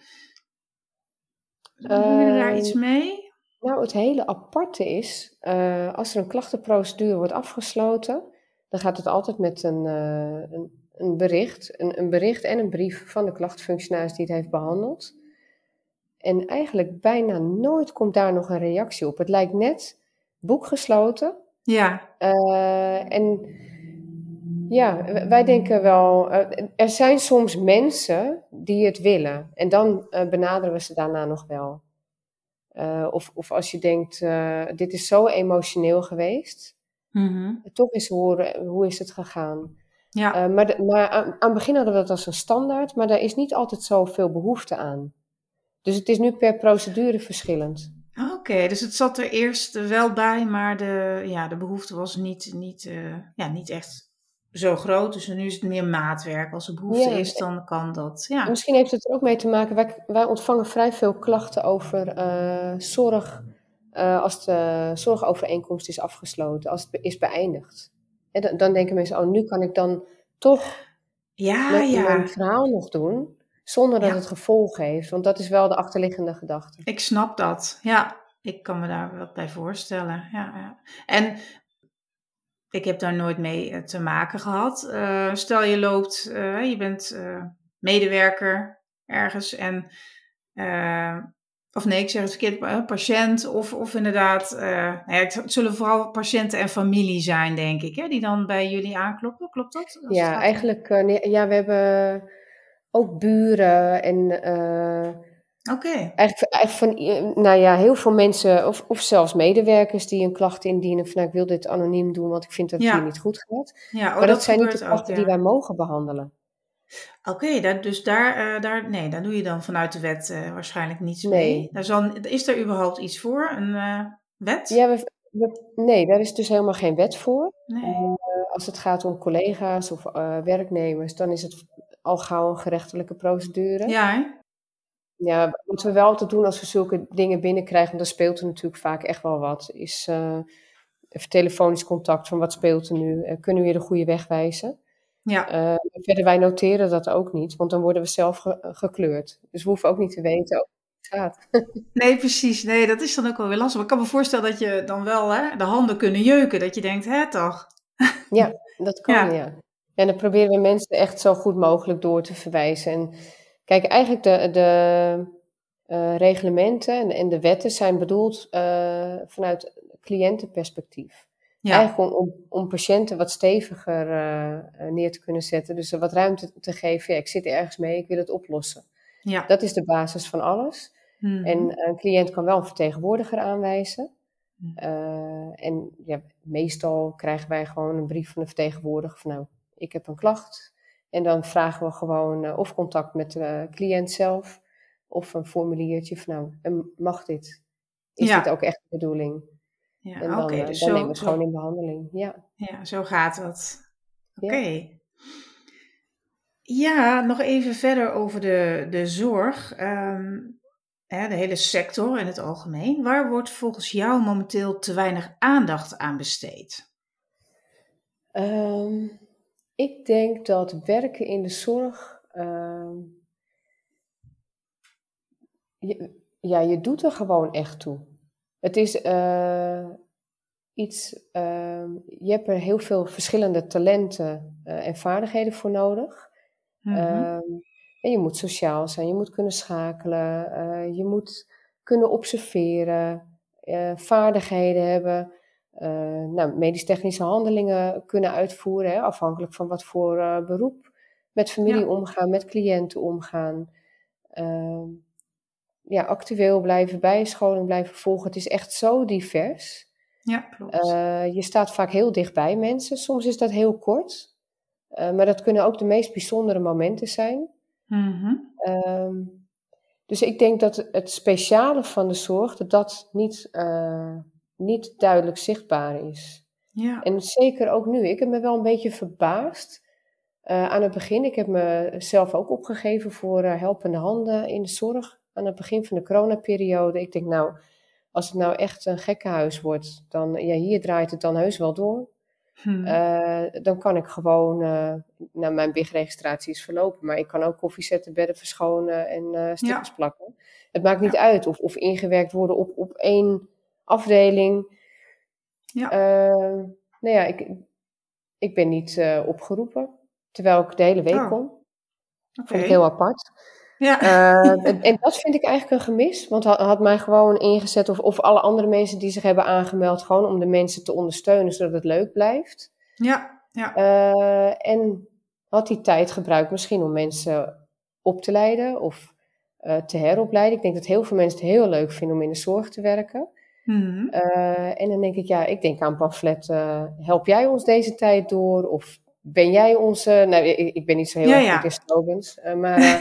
doen jullie daar iets mee? Nou, het hele aparte is, uh, als er een klachtenprocedure wordt afgesloten, dan gaat het altijd met een, uh, een, een bericht, een, een bericht en een brief van de klachtenfunctionaris die het heeft behandeld. En eigenlijk bijna nooit komt daar nog een reactie op. Het lijkt net boek gesloten. Ja. Uh, en ja, wij denken wel, uh, er zijn soms mensen die het willen. En dan uh, benaderen we ze daarna nog wel. Uh, of, of als je denkt, uh, dit is zo emotioneel geweest. Mm-hmm. Toch eens horen, hoe is het gegaan? Ja. Uh, maar de, maar aan, aan het begin hadden we dat als een standaard, maar daar is niet altijd zoveel behoefte aan. Dus het is nu per procedure verschillend. Oké, okay, dus het zat er eerst wel bij, maar de, ja, de behoefte was niet, niet, uh, ja, niet echt zo groot. Dus nu is het meer maatwerk. Als er behoefte ja. is, dan kan dat. Ja. Misschien heeft het er ook mee te maken, wij, wij ontvangen vrij veel klachten over uh, zorg, uh, als de zorgovereenkomst is afgesloten, als het is beëindigd. En dan, dan denken mensen, oh, nu kan ik dan toch Ja, mijn, mijn ja. verhaal nog doen, zonder dat Ja, het gevolg heeft. Want dat is wel de achterliggende gedachte. ik snap dat. Ja, ik kan me daar wat bij voorstellen. Ja, ja. En ik heb daar nooit mee eh, te maken gehad. Eh, stel je loopt, eh, je bent eh, medewerker ergens en, eh, of nee, ik zeg het verkeerd, eh, patiënt of, of inderdaad, eh, nou ja, het zullen vooral patiënten en familie zijn, denk ik, hè, die dan bij jullie aankloppen. Klopt dat? Als het Ja, gaat om... eigenlijk, eh, nee, ja, we hebben ook buren en eh, Oké, eigenlijk, eigenlijk van, i- nou ja, heel veel mensen, of, of zelfs medewerkers die een klacht indienen van, nou, ik wil dit anoniem doen, want ik vind dat het hier ja. niet goed gaat. Ja, oh, Maar dat dat zijn niet de gebeurt ook, klachten die ja. wij mogen behandelen. Oké, daar- dus daar, eh, daar, nee, daar doe je dan vanuit de wet eh, waarschijnlijk niets mee. Nee. Daar zal, is er überhaupt iets voor, een eh, wet? Ja, we, we- nee, daar is dus helemaal geen wet voor. Nee. Als het gaat om collega's of eh, werknemers, dan is het al gauw een gerechtelijke procedure. Ja, hè? Ja, wat we wel altijd doen als we zulke dingen binnenkrijgen, want dan speelt er natuurlijk vaak echt wel wat, is eh, even telefonisch contact van wat speelt er nu, Eh, kunnen we je de goede weg wijzen? Ja. Eh, verder, wij noteren dat ook niet, want dan worden we zelf ge- gekleurd. Dus we hoeven ook niet te weten hoe het gaat. Nee, precies. Nee, dat is dan ook wel weer lastig. Maar ik kan me voorstellen dat je dan wel hè, de handen kunnen jeuken. Dat je denkt, hè toch? Ja, dat kan, Ja, ja. En dan proberen we mensen echt zo goed mogelijk door te verwijzen. En kijk, eigenlijk de, de eh, reglementen en, en de wetten zijn bedoeld eh, vanuit cliëntenperspectief. ja, Eigenlijk om, om, om patiënten wat steviger eh, eh, neer te kunnen zetten. Dus er wat ruimte te geven. Ja, ik zit ergens mee, ik wil het oplossen. ja. Dat is de basis van alles. Mhm. En een cliënt kan wel een vertegenwoordiger aanwijzen. Mhm. Uh, en ja, meestal krijgen wij gewoon een brief van de vertegenwoordiger van nou, ik heb een klacht. En dan vragen we gewoon uh, of contact met de cliënt zelf of een formuliertje van nou, mag dit? Is Ja, dit ook echt de bedoeling? ja. En Oké, dan, uh, dus dan nemen we zo, het gewoon zo, in behandeling. Ja, ja, zo gaat het. Oké. ja. Ja, nog even verder over de, de zorg. Ehm, hè, de hele sector in het algemeen. Waar wordt volgens jou momenteel te weinig aandacht aan besteed? Um, ik denk dat werken in de zorg, um, je, ja, je doet er gewoon echt toe. Het is uh, iets, uh, je hebt er heel veel verschillende talenten uh, en vaardigheden voor nodig. Mhm. Um, en je moet sociaal zijn, je moet kunnen schakelen, uh, je moet kunnen observeren, uh, vaardigheden hebben, uh, nou, medisch-technische handelingen kunnen uitvoeren, hè, afhankelijk van wat voor uh, beroep. Met familie Ja, omgaan, met cliënten omgaan. Uh, ja, actueel blijven, bijscholing blijven volgen. Het is echt zo divers. ja, klopt. Uh, je staat vaak heel dicht bij mensen. Soms is dat heel kort. Uh, maar dat kunnen ook de meest bijzondere momenten zijn. Mhm. Um, dus ik denk dat het speciale van de zorg, dat dat niet, uh, niet duidelijk zichtbaar is. Ja, En zeker ook nu. Ik heb me wel een beetje verbaasd uh, aan het begin. Ik heb mezelf ook opgegeven voor uh, helpende handen in de zorg. Aan het begin van de coronaperiode. Ik denk nou, als het nou echt een gekkenhuis wordt, dan, ja, hier draait het dan heus wel door. hm. Uh, dan kan ik gewoon, uh, nou, mijn B I G-registratie is verlopen, maar ik kan ook koffie zetten, bedden verschonen en uh, stickers Ja, plakken. Het maakt niet ja, uit of, of ingewerkt worden op, op één afdeling. ja. Uh, nou ja, ik, ik ben niet uh, opgeroepen, terwijl ik de hele week Oh, kon. oké. Vond ik heel apart. Ja. Uh, en, en dat vind ik eigenlijk een gemis, want had, had mij gewoon ingezet, of, of alle andere mensen die zich hebben aangemeld, gewoon om de mensen te ondersteunen, zodat het leuk blijft. Ja, ja. Uh, en had die tijd gebruikt misschien om mensen op te leiden of uh, te heropleiden. Ik denk dat heel veel mensen het heel leuk vinden om in de zorg te werken. Mhm. Uh, en dan denk ik, ja, ik denk aan een pamflet, uh, help jij ons deze tijd door? Of ben jij onze... Nou, ik, ik ben niet zo heel Ja, erg ja. goed in slogans, uh, maar uh,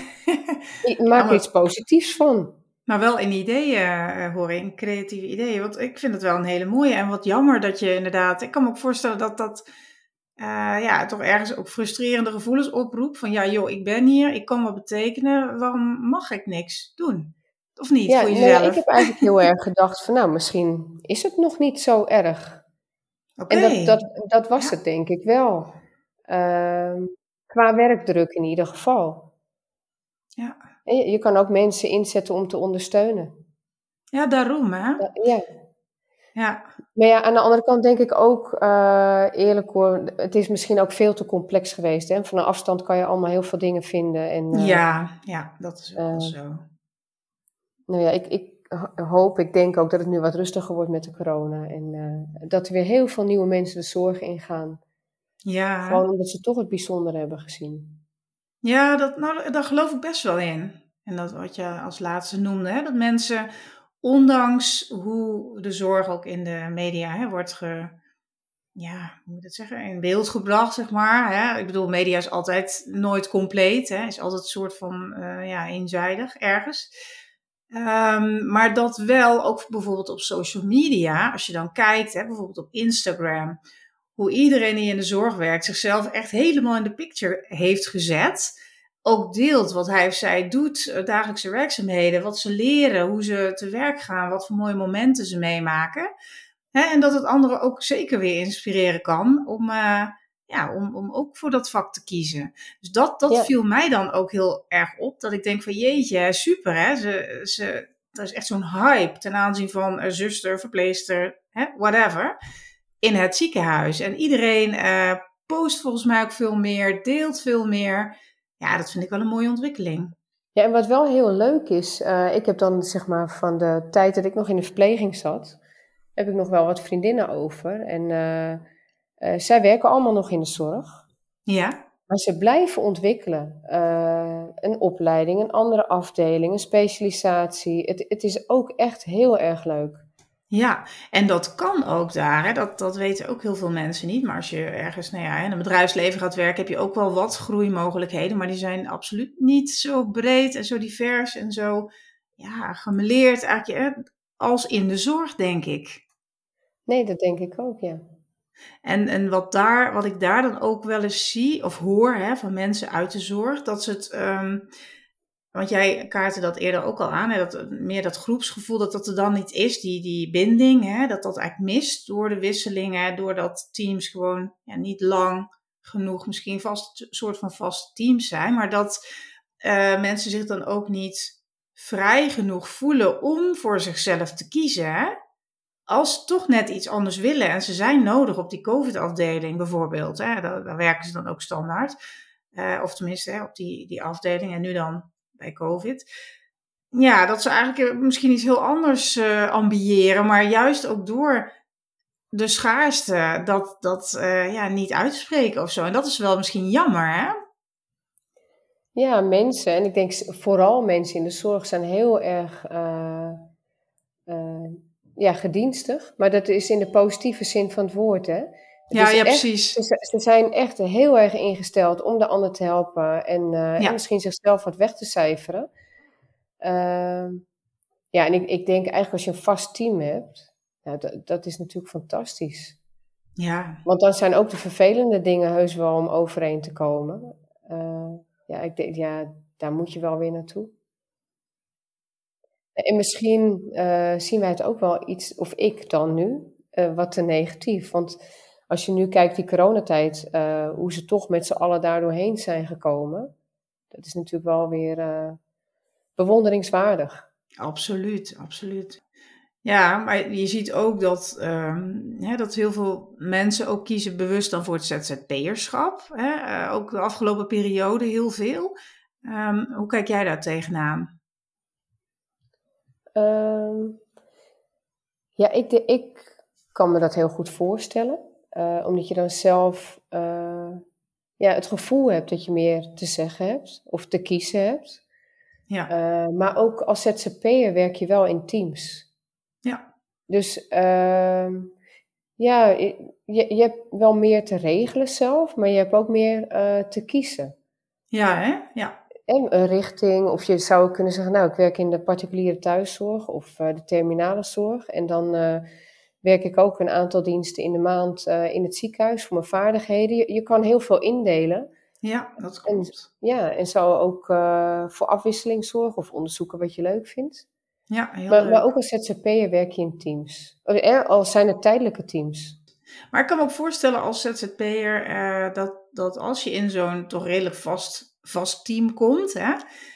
ik maak Ja, er maar, iets positiefs van. maar wel in ideeën, uh, hoor ik, in creatieve ideeën. Want ik vind het wel een hele mooie. En wat jammer dat je inderdaad... Ik kan me ook voorstellen dat dat... Uh, ja, toch ergens ook frustrerende gevoelens oproept. Van ja, joh, ik ben hier, ik kan wat betekenen. Waarom mag ik niks doen? Of niet, Ja, voor nou ja, jezelf? ik heb eigenlijk heel erg gedacht van, nou, misschien is het nog niet zo erg. Oké. En dat, dat, dat was Ja. het denk ik wel. Ehm, qua werkdruk in ieder geval. Ja. En je, je kan ook mensen inzetten om te ondersteunen. Ja, daarom, hè? Da- ja. Ja. Maar ja, aan de andere kant denk ik ook, eh, eerlijk hoor, het is misschien ook veel te complex geweest. Hè? Van een afstand kan je allemaal heel veel dingen vinden. En eh, Ja, ja, dat is ook wel eh, zo. nou ja, ik, ik ho- hoop, ik denk ook dat het nu wat rustiger wordt met de corona. En eh, dat er weer heel veel nieuwe mensen de zorg ingaan. Ja, Gewoon omdat ze toch het bijzondere hebben gezien. ja dat, nou, daar geloof ik best wel in. En dat wat je als laatste noemde, hè, dat mensen, ondanks hoe de zorg ook in de media hè, wordt ge, ja, hoe moet ik het zeggen, in beeld gebracht, zeg maar. Hè. Ik bedoel, media is altijd nooit compleet, hè, is altijd een soort van, uh, ja, eenzijdig ergens. Um, maar dat wel, ook bijvoorbeeld op social media, als je dan kijkt, hè, bijvoorbeeld op Instagram, hoe iedereen die in de zorg werkt zichzelf echt helemaal in de picture heeft gezet. Ook deelt wat hij of zij doet, dagelijkse werkzaamheden, wat ze leren, hoe ze te werk gaan, wat voor mooie momenten ze meemaken. Hè, en dat het anderen ook zeker weer inspireren kan om, uh, ja, om, om ook voor dat vak te kiezen. Dus dat, dat Ja, viel mij dan ook heel erg op. Dat ik denk van jeetje, super hè. Ze, ze, er is echt zo'n hype ten aanzien van uh, zuster, verpleegster, hè, whatever. In het ziekenhuis. En iedereen uh, post volgens mij ook veel meer, deelt veel meer. Ja, dat vind ik wel een mooie ontwikkeling. ja, en wat wel heel leuk is, uh, ik heb dan zeg maar van de tijd dat ik nog in de verpleging zat, heb ik nog wel wat vriendinnen over. En uh, uh, zij werken allemaal nog in de zorg. Ja. Maar ze blijven ontwikkelen. Uh, een opleiding, een andere afdeling, een specialisatie. Het, het is ook echt heel erg leuk. Ja, en dat kan ook daar. Hè? Dat, dat weten ook heel veel mensen niet. Maar als je ergens nou ja, in een bedrijfsleven gaat werken, heb je ook wel wat groeimogelijkheden. Maar die zijn absoluut niet zo breed en zo divers en zo ja, gemeleerd eigenlijk, hè? Als in de zorg, denk ik. Nee, dat denk ik ook, ja. En, en wat, daar, wat ik daar dan ook wel eens zie of hoor hè, van mensen uit de zorg, dat ze het... Um, want jij kaartte dat eerder ook al aan, hè, dat, meer dat groepsgevoel, dat dat er dan niet is, die, die binding, hè, dat dat eigenlijk mist door de wisselingen, doordat teams gewoon ja, niet lang genoeg misschien vast, een soort van vaste teams zijn, maar dat uh, mensen zich dan ook niet vrij genoeg voelen om voor zichzelf te kiezen, hè? Als ze toch net iets anders willen en ze zijn nodig op die COVID-afdeling bijvoorbeeld, hè, daar, daar werken ze dan ook standaard, uh, of tenminste hè, op die, die afdeling en nu dan bij COVID. Ja, dat ze eigenlijk misschien iets heel anders uh, ambiëren, maar juist ook door de schaarste dat, dat uh, ja, niet uitspreken of zo. En dat is wel misschien jammer, hè? Ja, mensen, en ik denk vooral mensen in de zorg zijn heel erg uh, uh, ja, gedienstig. Maar dat is in de positieve zin van het woord, hè? Het ja, is ja, echt, precies. Ze, ze zijn echt heel erg ingesteld om de ander te helpen en, uh, ja. en misschien zichzelf wat weg te cijferen. Uh, ja, en ik, ik denk eigenlijk als je een vast team hebt, nou, dat, dat is natuurlijk fantastisch. Ja. Want dan zijn ook de vervelende dingen heus wel om overeen te komen. Uh, ja, ik denk, ja, daar moet je wel weer naartoe. En misschien uh, zien wij het ook wel iets, of ik dan nu, uh, wat te negatief. Want als je nu kijkt die coronatijd, uh, hoe ze toch met z'n allen daar doorheen zijn gekomen, dat is natuurlijk wel weer uh, bewonderingswaardig. Absoluut, absoluut. Ja, maar je ziet ook dat, um, hè, dat heel veel mensen ook kiezen bewust dan voor het Z Z P'erschap. Hè? Uh, ook de afgelopen periode heel veel. Um, hoe kijk jij daar tegenaan? Um, ja, ik, de, ik kan me dat heel goed voorstellen. Uh, omdat je dan zelf uh, ja, het gevoel hebt dat je meer te zeggen hebt of te kiezen hebt. Ja. Uh, maar ook als Z Z P'er werk je wel in teams. Ja. Dus uh, ja, je, je hebt wel meer te regelen zelf, maar je hebt ook meer uh, te kiezen. Ja, hè? Ja. En een richting, of je zou kunnen zeggen, nou, ik werk in de particuliere thuiszorg of uh, de terminale zorg. En dan uh, werk ik ook een aantal diensten in de maand uh, in het ziekenhuis voor mijn vaardigheden. Je, je kan heel veel indelen. Ja, dat klopt. En, ja, en zo ook uh, voor afwisseling zorgen of onderzoeken wat je leuk vindt. Ja, heel maar, leuk. Maar ook als Z Z P'er werk je in teams. Al zijn het tijdelijke teams. Maar ik kan me ook voorstellen als Z Z P'er uh, dat, dat als je in zo'n toch redelijk vast, vast team komt, hè,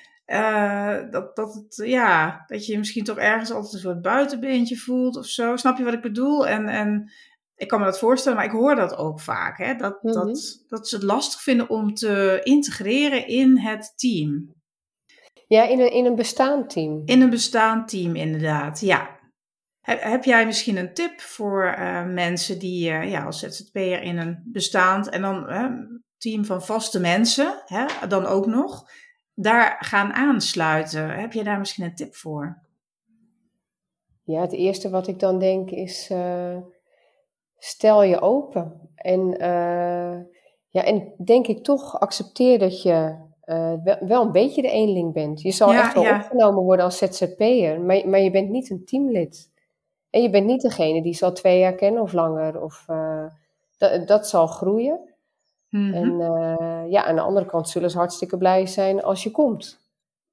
uh, dat, dat, het, ja, dat je misschien toch ergens altijd een soort buitenbeentje voelt of zo. Snap je wat ik bedoel? En, en ik kan me dat voorstellen, maar ik hoor dat ook vaak. Hè, dat, Mm-hmm. dat, dat ze het lastig vinden om te integreren in het team. Ja, in een, in een bestaand team. In een bestaand team, inderdaad, ja. Heb, heb jij misschien een tip voor uh, mensen die uh, ja, als Z Z P'er in een bestaand en dan een uh, team van vaste mensen, hè, dan ook nog, daar gaan aansluiten? Heb je daar misschien een tip voor? Ja, het eerste wat ik dan denk is, uh, stel je open. En, uh, ja, en denk ik toch, accepteer dat je uh, wel, wel een beetje de eenling bent. Je zal Ja, echt wel ja. opgenomen worden als Z Z P'er, maar, maar je bent niet een teamlid. En je bent niet degene die ze al twee jaar kennen of langer. Of, uh, dat, dat zal groeien. Mm-hmm. En uh, ja, aan de andere kant zullen ze hartstikke blij zijn als je komt.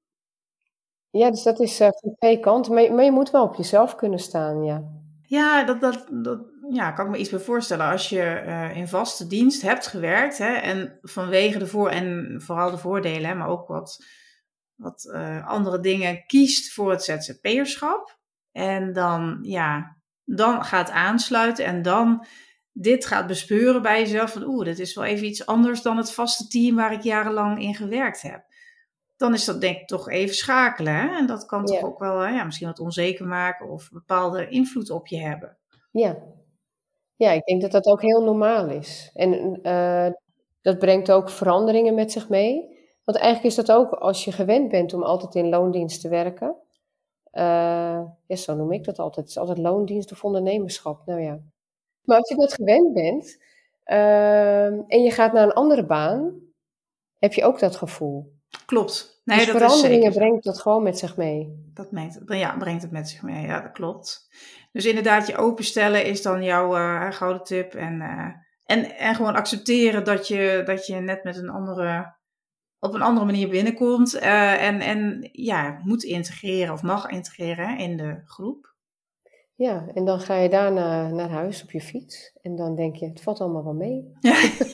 Ja, dus dat is uh, van twee kanten. Maar, maar je moet wel op jezelf kunnen staan, ja. Ja, dat, dat, dat ja, kan ik me iets bij voorstellen. Als je uh, in vaste dienst hebt gewerkt, hè, en vanwege de voor- en vooral de voordelen, hè, maar ook wat, wat uh, andere dingen kiest voor het Z Z P'erschap. En dan, ja, dan gaat aansluiten en dan dit gaat bespeuren bij jezelf. Van oeh, dit is wel even iets anders dan het vaste team waar ik jarenlang in gewerkt heb. Dan is dat denk ik toch even schakelen. Hè? En dat kan Ja. toch ook wel ja, misschien wat onzeker maken of bepaalde invloed op je hebben. Ja. Ja, ik denk dat dat ook heel normaal is. En uh, dat brengt ook veranderingen met zich mee. Want eigenlijk is dat ook als je gewend bent om altijd in loondienst te werken. Uh, ja, zo noem ik dat altijd. Het is altijd loondienst of ondernemerschap. Nou ja. Maar als je dat gewend bent uh, en je gaat naar een andere baan, heb je ook dat gevoel. Klopt. Nee, dus dat veranderingen is zeker brengt dat gewoon met zich mee. Dat meent, ja, brengt het met zich mee. Ja, dat klopt. Dus inderdaad, je openstellen is dan jouw uh, gouden tip. En, uh, en, en gewoon accepteren dat je, dat je net met een andere, op een andere manier binnenkomt. Uh, en, en ja, moet integreren of mag integreren hè, in de groep. Ja, en dan ga je daarna naar huis op je fiets. En dan denk je, het valt allemaal wel mee. Ja.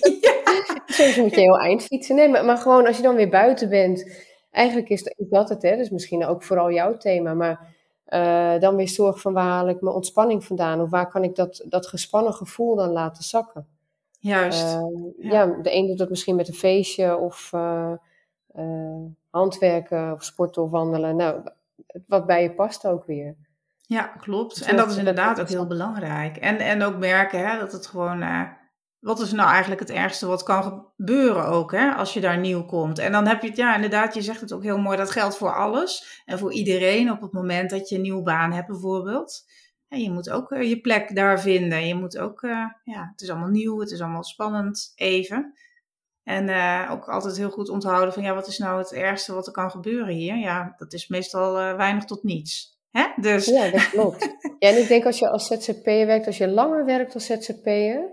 Soms moet je heel eind fietsen. Nee, maar, maar gewoon als je dan weer buiten bent. Eigenlijk is dat het, hè. Dus misschien ook vooral jouw thema. Maar uh, dan weer zorg van waar haal ik mijn ontspanning vandaan? Of waar kan ik dat, dat gespannen gevoel dan laten zakken? Juist. Uh, ja. ja, de een doet dat misschien met een feestje of uh, uh, handwerken of sporten of wandelen. Nou, wat bij je past ook weer. Ja, klopt. En dat is inderdaad ook heel belangrijk. En, en ook merken hè, dat het gewoon... Uh, wat is nou eigenlijk het ergste wat kan gebeuren ook, hè, als je daar nieuw komt. En dan heb je het, ja, inderdaad, je zegt het ook heel mooi, dat geldt voor alles. En voor iedereen op het moment dat je een nieuwe baan hebt bijvoorbeeld. En je moet ook uh, je plek daar vinden. Je moet ook, uh, ja, het is allemaal nieuw, het is allemaal spannend even. En uh, ook altijd heel goed onthouden van, ja, wat is nou het ergste wat er kan gebeuren hier? Ja, dat is meestal uh, weinig tot niets. Hè? Dus... Ja, dat klopt. Ja, en ik denk als je als Z Z P'er werkt, als je langer werkt als Z Z P'er,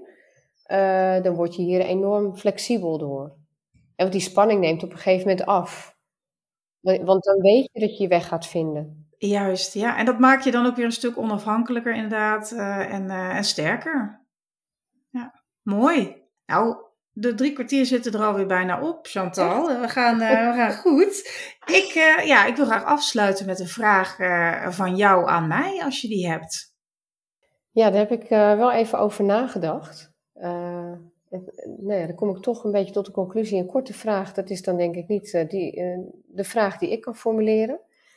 uh, dan word je hier enorm flexibel door. En want die spanning neemt op een gegeven moment af. Want dan weet je dat je je weg gaat vinden. Juist, ja. En dat maakt je dan ook weer een stuk onafhankelijker inderdaad uh, en, uh, en sterker. Ja, mooi. Nou, de drie kwartier zitten er alweer bijna op, Chantal. We gaan, uh, we gaan goed. Ik, uh, ja, ik wil graag afsluiten met een vraag uh, van jou aan mij, als je die hebt. Ja, daar heb ik uh, wel even over nagedacht. Uh, nou ja, dan kom ik toch een beetje tot de conclusie. Een korte vraag, dat is dan denk ik niet uh, die, uh, de vraag die ik kan formuleren.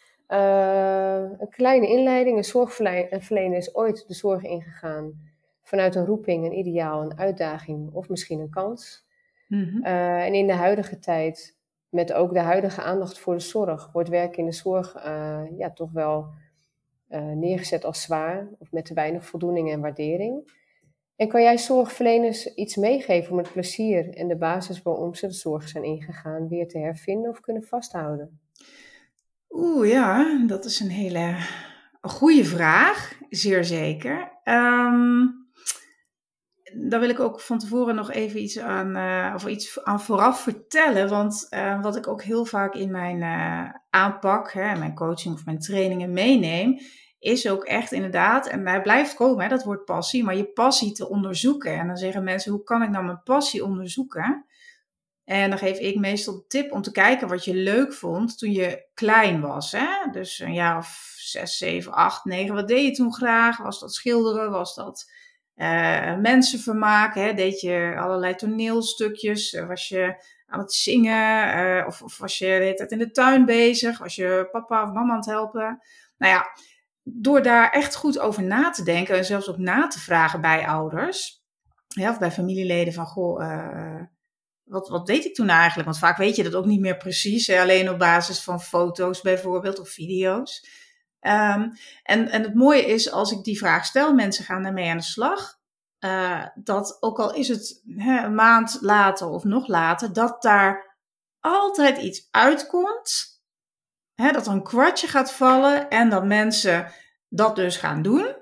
Uh, een kleine inleiding. Een zorgverlener is ooit de zorg ingegaan vanuit een roeping, een ideaal, een uitdaging of misschien een kans. Mm-hmm. Uh, en in de huidige tijd, met ook de huidige aandacht voor de zorg, wordt werken in de zorg uh, ja, toch wel uh, neergezet als zwaar of met te weinig voldoening en waardering. En kan jij zorgverleners iets meegeven om het plezier en de basis waarom ze de zorg zijn ingegaan weer te hervinden of kunnen vasthouden? Oeh ja, dat is een hele goede vraag, zeer zeker. Um, daar wil ik ook van tevoren nog even iets aan, uh, of iets aan vooraf vertellen. Want uh, wat ik ook heel vaak in mijn uh, aanpak, hè, mijn coaching of mijn trainingen meeneem, is ook echt inderdaad, en hij blijft komen, hè, dat woord passie, maar je passie te onderzoeken. En dan zeggen mensen, hoe kan ik nou mijn passie onderzoeken? En dan geef ik meestal de tip om te kijken wat je leuk vond toen je klein was. Hè? Dus een jaar of zes, zeven, acht, negen. Wat deed je toen graag? Was dat schilderen? Was dat uh, mensen vermaken? Hè? Deed je allerlei toneelstukjes? Was je aan het zingen? Uh, of, of was je de hele tijd in de tuin bezig? Was je papa of mama aan het helpen? Nou ja, door daar echt goed over na te denken en zelfs ook na te vragen bij ouders. Ja, of bij familieleden van, goh... Uh, Wat, wat deed ik toen eigenlijk? Want vaak weet je dat ook niet meer precies. Hè? Alleen op basis van foto's bijvoorbeeld of video's. Um, en, en het mooie is, als ik die vraag stel, mensen gaan daarmee aan de slag. Uh, dat ook al is het hè, een maand later of nog later, dat daar altijd iets uitkomt. Hè, dat er een kwartje gaat vallen en dat mensen dat dus gaan doen.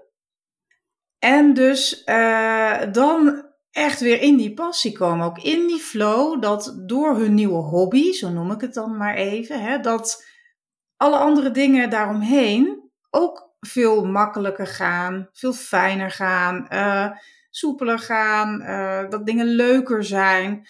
En dus uh, dan... echt weer in die passie komen, ook in die flow, dat door hun nieuwe hobby, zo noem ik het dan maar even, hè, dat alle andere dingen daaromheen ook veel makkelijker gaan, veel fijner gaan, uh, soepeler gaan, uh, dat dingen leuker zijn.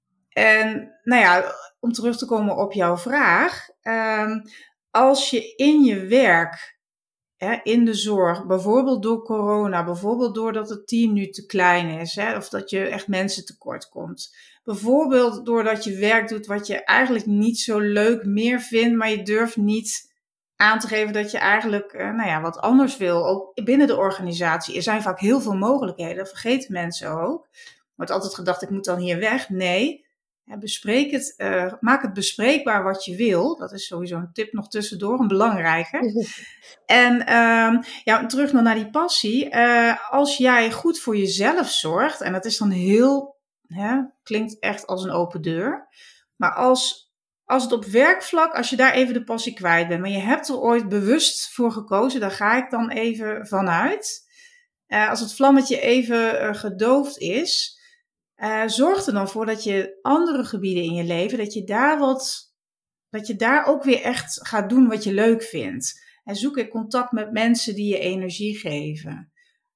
En nou ja, om terug te komen op jouw vraag, uh, als je in je werk, Hè, in de zorg, bijvoorbeeld door corona, bijvoorbeeld doordat het team nu te klein is, hè, of dat je echt mensen tekort komt. Bijvoorbeeld doordat je werk doet wat je eigenlijk niet zo leuk meer vindt, maar je durft niet aan te geven dat je eigenlijk eh, nou ja, wat anders wil. Ook binnen de organisatie. Er zijn vaak heel veel mogelijkheden, dat vergeten mensen ook. Er wordt altijd gedacht, ik moet dan hier weg. Nee. Ja, bespreek het, uh, maak het bespreekbaar wat je wil. Dat is sowieso een tip nog tussendoor, een belangrijke. En uh, ja, terug nog naar die passie. Uh, als jij goed voor jezelf zorgt, en dat is dan heel, hè, klinkt echt als een open deur. Maar als, als het op werkvlak, als je daar even de passie kwijt bent, maar je hebt er ooit bewust voor gekozen, daar ga ik dan even vanuit. Uh, als het vlammetje even uh, gedoofd is, Uh, zorg er dan voor dat je andere gebieden in je leven, dat je daar wat, dat je daar ook weer echt gaat doen wat je leuk vindt. En zoek in contact met mensen die je energie geven.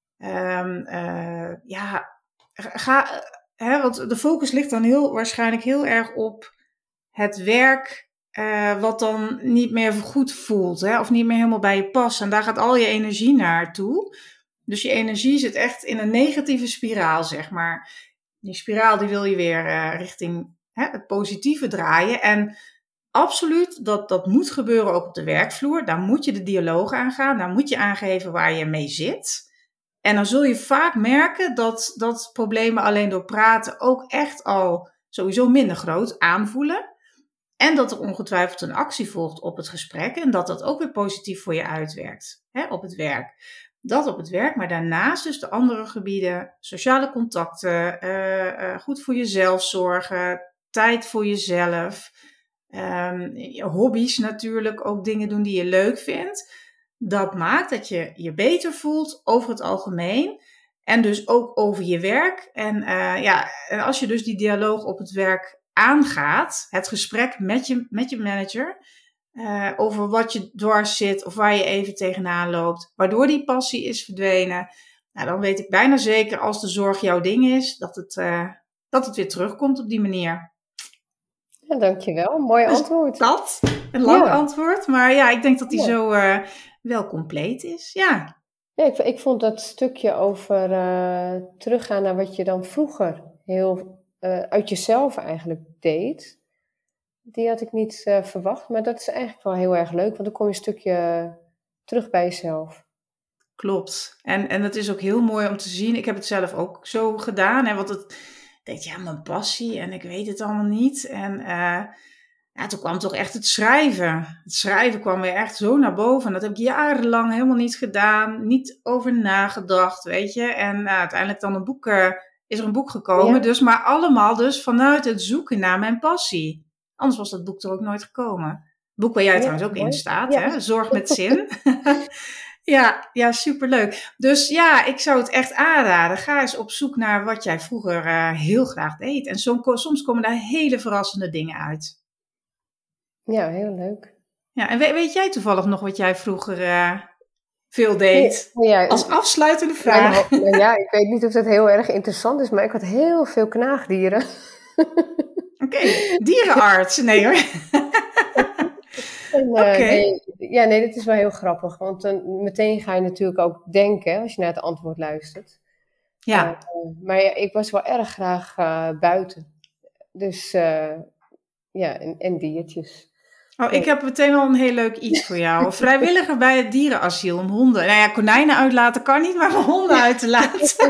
Um, uh, ja, ga, hè, want de focus ligt dan heel waarschijnlijk heel erg op het werk, uh, wat dan niet meer goed voelt, hè, of niet meer helemaal bij je past. En daar gaat al je energie naartoe. Dus je energie zit echt in een negatieve spiraal, zeg maar. Die spiraal die wil je weer uh, richting hè, het positieve draaien. En absoluut, dat, dat moet gebeuren ook op de werkvloer. Daar moet je de dialoog aangaan. Daar moet je aangeven waar je mee zit. En dan zul je vaak merken dat, dat problemen alleen door praten ook echt al sowieso minder groot aanvoelen. En dat er ongetwijfeld een actie volgt op het gesprek. En dat dat ook weer positief voor je uitwerkt hè, op het werk. Dat op het werk, maar daarnaast dus de andere gebieden, sociale contacten, uh, uh, goed voor jezelf zorgen, tijd voor jezelf, um, hobby's natuurlijk, ook dingen doen die je leuk vindt. Dat maakt dat je je beter voelt over het algemeen en dus ook over je werk. En, uh, ja, en als je dus die dialoog op het werk aangaat, het gesprek met je, met je manager, Uh, over wat je dwars zit of waar je even tegenaan loopt, waardoor die passie is verdwenen. Nou, dan weet ik bijna zeker als de zorg jouw ding is, dat het, uh, dat het weer terugkomt op die manier. Ja, dankjewel, mooi dus antwoord. Dat, een lang ja. antwoord, maar ja, ik denk dat die ja. zo uh, wel compleet is. Ja, ja ik, ik vond dat stukje over uh, teruggaan naar wat je dan vroeger heel uh, uit jezelf eigenlijk deed. Die had ik niet uh, verwacht, maar dat is eigenlijk wel heel erg leuk, want dan kom je een stukje terug bij jezelf. Klopt. En, en het is ook heel mooi om te zien. Ik heb het zelf ook zo gedaan. Hè, want het, ik denk, ja, mijn passie en ik weet het allemaal niet. En uh, ja, toen kwam toch echt het schrijven. Het schrijven kwam weer echt zo naar boven. En dat heb ik jarenlang helemaal niet gedaan. Niet over nagedacht, weet je. En uh, uiteindelijk dan een boek, uh, is er een boek gekomen. Ja. Dus, maar allemaal dus vanuit het zoeken naar mijn passie. Anders was dat boek er ook nooit gekomen. Het boek waar jij ja, trouwens ook mooi. in staat, ja. hè? Zorg met zin. ja, ja, superleuk. Dus ja, ik zou het echt aanraden. Ga eens op zoek naar wat jij vroeger uh, heel graag deed. En som, soms komen daar hele verrassende dingen uit. Ja, heel leuk. Ja, en weet, weet jij toevallig nog wat jij vroeger uh, veel deed. Ja, ja, Als afsluitende mijn vraag. ho- nou ja, ik weet niet of dat heel erg interessant is, maar ik had heel veel knaagdieren. Oké, dierenarts. Nee hoor. En, eh, Oké. nee, ja, nee, dat is wel heel grappig. Want dan meteen ga je natuurlijk ook denken, hè, als je naar het antwoord luistert. Ja. Uh, maar ja, ik was wel erg graag uh, buiten. Dus uh, ja, en, en diertjes. Oh, ik heb meteen al een heel leuk iets voor jou. Vrijwilliger bij het dierenasiel om honden. Nou ja, konijnen uitlaten kan niet, maar honden uit te laten.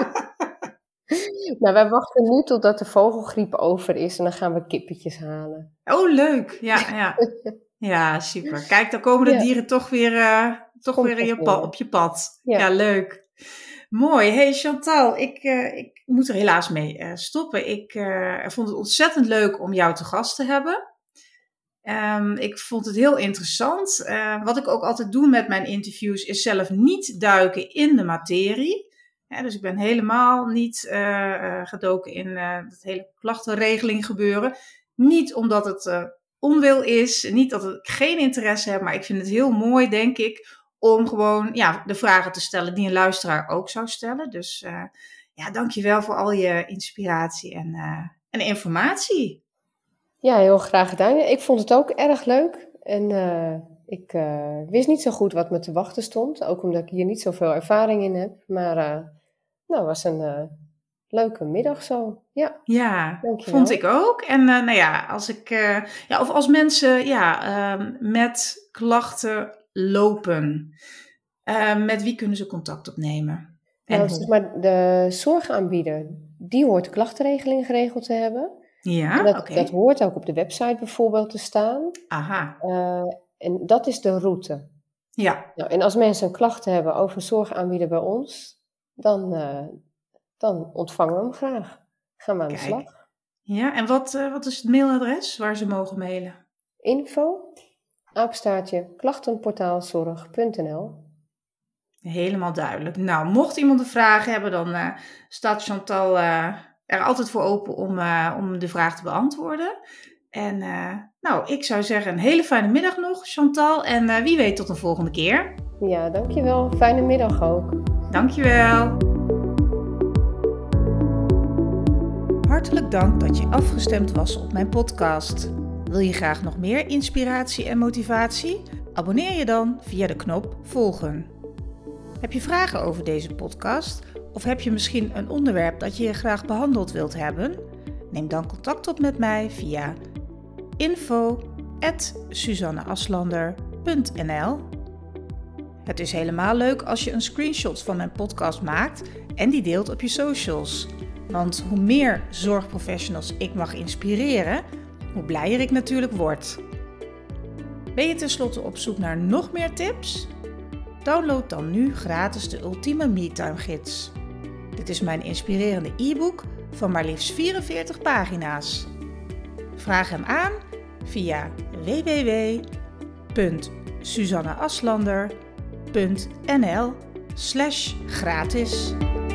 Nou, wij wachten nu totdat de vogelgriep over is en dan gaan we kippetjes halen. Oh, leuk. Ja, ja. Ja, super. Kijk, dan komen de ja. dieren toch weer, uh, toch weer in je pa- op je pad. Ja, ja leuk. Mooi. Hey Chantal, ik, uh, ik moet er helaas mee uh, stoppen. Ik uh, vond het ontzettend leuk om jou te gast te hebben. Um, ik vond het heel interessant. Uh, wat ik ook altijd doe met mijn interviews is zelf niet duiken in de materie. Ja, dus ik ben helemaal niet uh, uh, gedoken in uh, het hele klachtenregeling gebeuren. Niet omdat het uh, onwil is, niet dat ik geen interesse heb, maar ik vind het heel mooi, denk ik, om gewoon ja, de vragen te stellen die een luisteraar ook zou stellen. Dus uh, ja, dankjewel voor al je inspiratie en, uh, en informatie. Ja, heel graag gedaan. Ik vond het ook erg leuk. En uh, ik uh, wist niet zo goed wat me te wachten stond. Ook omdat ik hier niet zoveel ervaring in heb. Maar uh, nou, het was een uh, leuke middag zo. Ja, ja vond ik ook. En uh, nou ja, als ik uh, ja, of als mensen ja, uh, met klachten lopen, uh, met wie kunnen ze contact opnemen? En nou, zeg maar de zorgaanbieder, die hoort de klachtenregeling geregeld te hebben. Ja, dat, okay. dat hoort ook op de website bijvoorbeeld te staan. Aha. Uh, en dat is de route. Ja. Nou, en als mensen een klacht hebben over een zorgaanbieder bij ons, dan, uh, dan ontvangen we hem graag. Gaan we aan Kijk. de slag. Ja, en wat, uh, wat is het mailadres waar ze mogen mailen? Info, apenstaartje, klachtenportaalzorg punt n l. Helemaal duidelijk. Nou, mocht iemand een vraag hebben, dan uh, staat Chantal uh, er altijd voor open om, uh, om de vraag te beantwoorden. En uh, nou, ik zou zeggen een hele fijne middag nog, Chantal. En uh, wie weet tot een volgende keer. Ja, dankjewel. Fijne middag ook. Dankjewel. Hartelijk dank dat je afgestemd was op mijn podcast. Wil je graag nog meer inspiratie en motivatie? Abonneer je dan via de knop volgen. Heb je vragen over deze podcast? Of heb je misschien een onderwerp dat je graag behandeld wilt hebben? Neem dan contact op met mij via info at suzanne aslander punt n l. Het is helemaal leuk als je een screenshot van mijn podcast maakt en die deelt op je socials. Want hoe meer zorgprofessionals ik mag inspireren, hoe blijer ik natuurlijk word. Ben je tenslotte op zoek naar nog meer tips? Download dan nu gratis de Ultieme MeTime Gids. Dit is mijn inspirerende e-book van maar liefst vierenveertig pagina's. Vraag hem aan via w w w punt suzanne aslander punt n l slash gratis.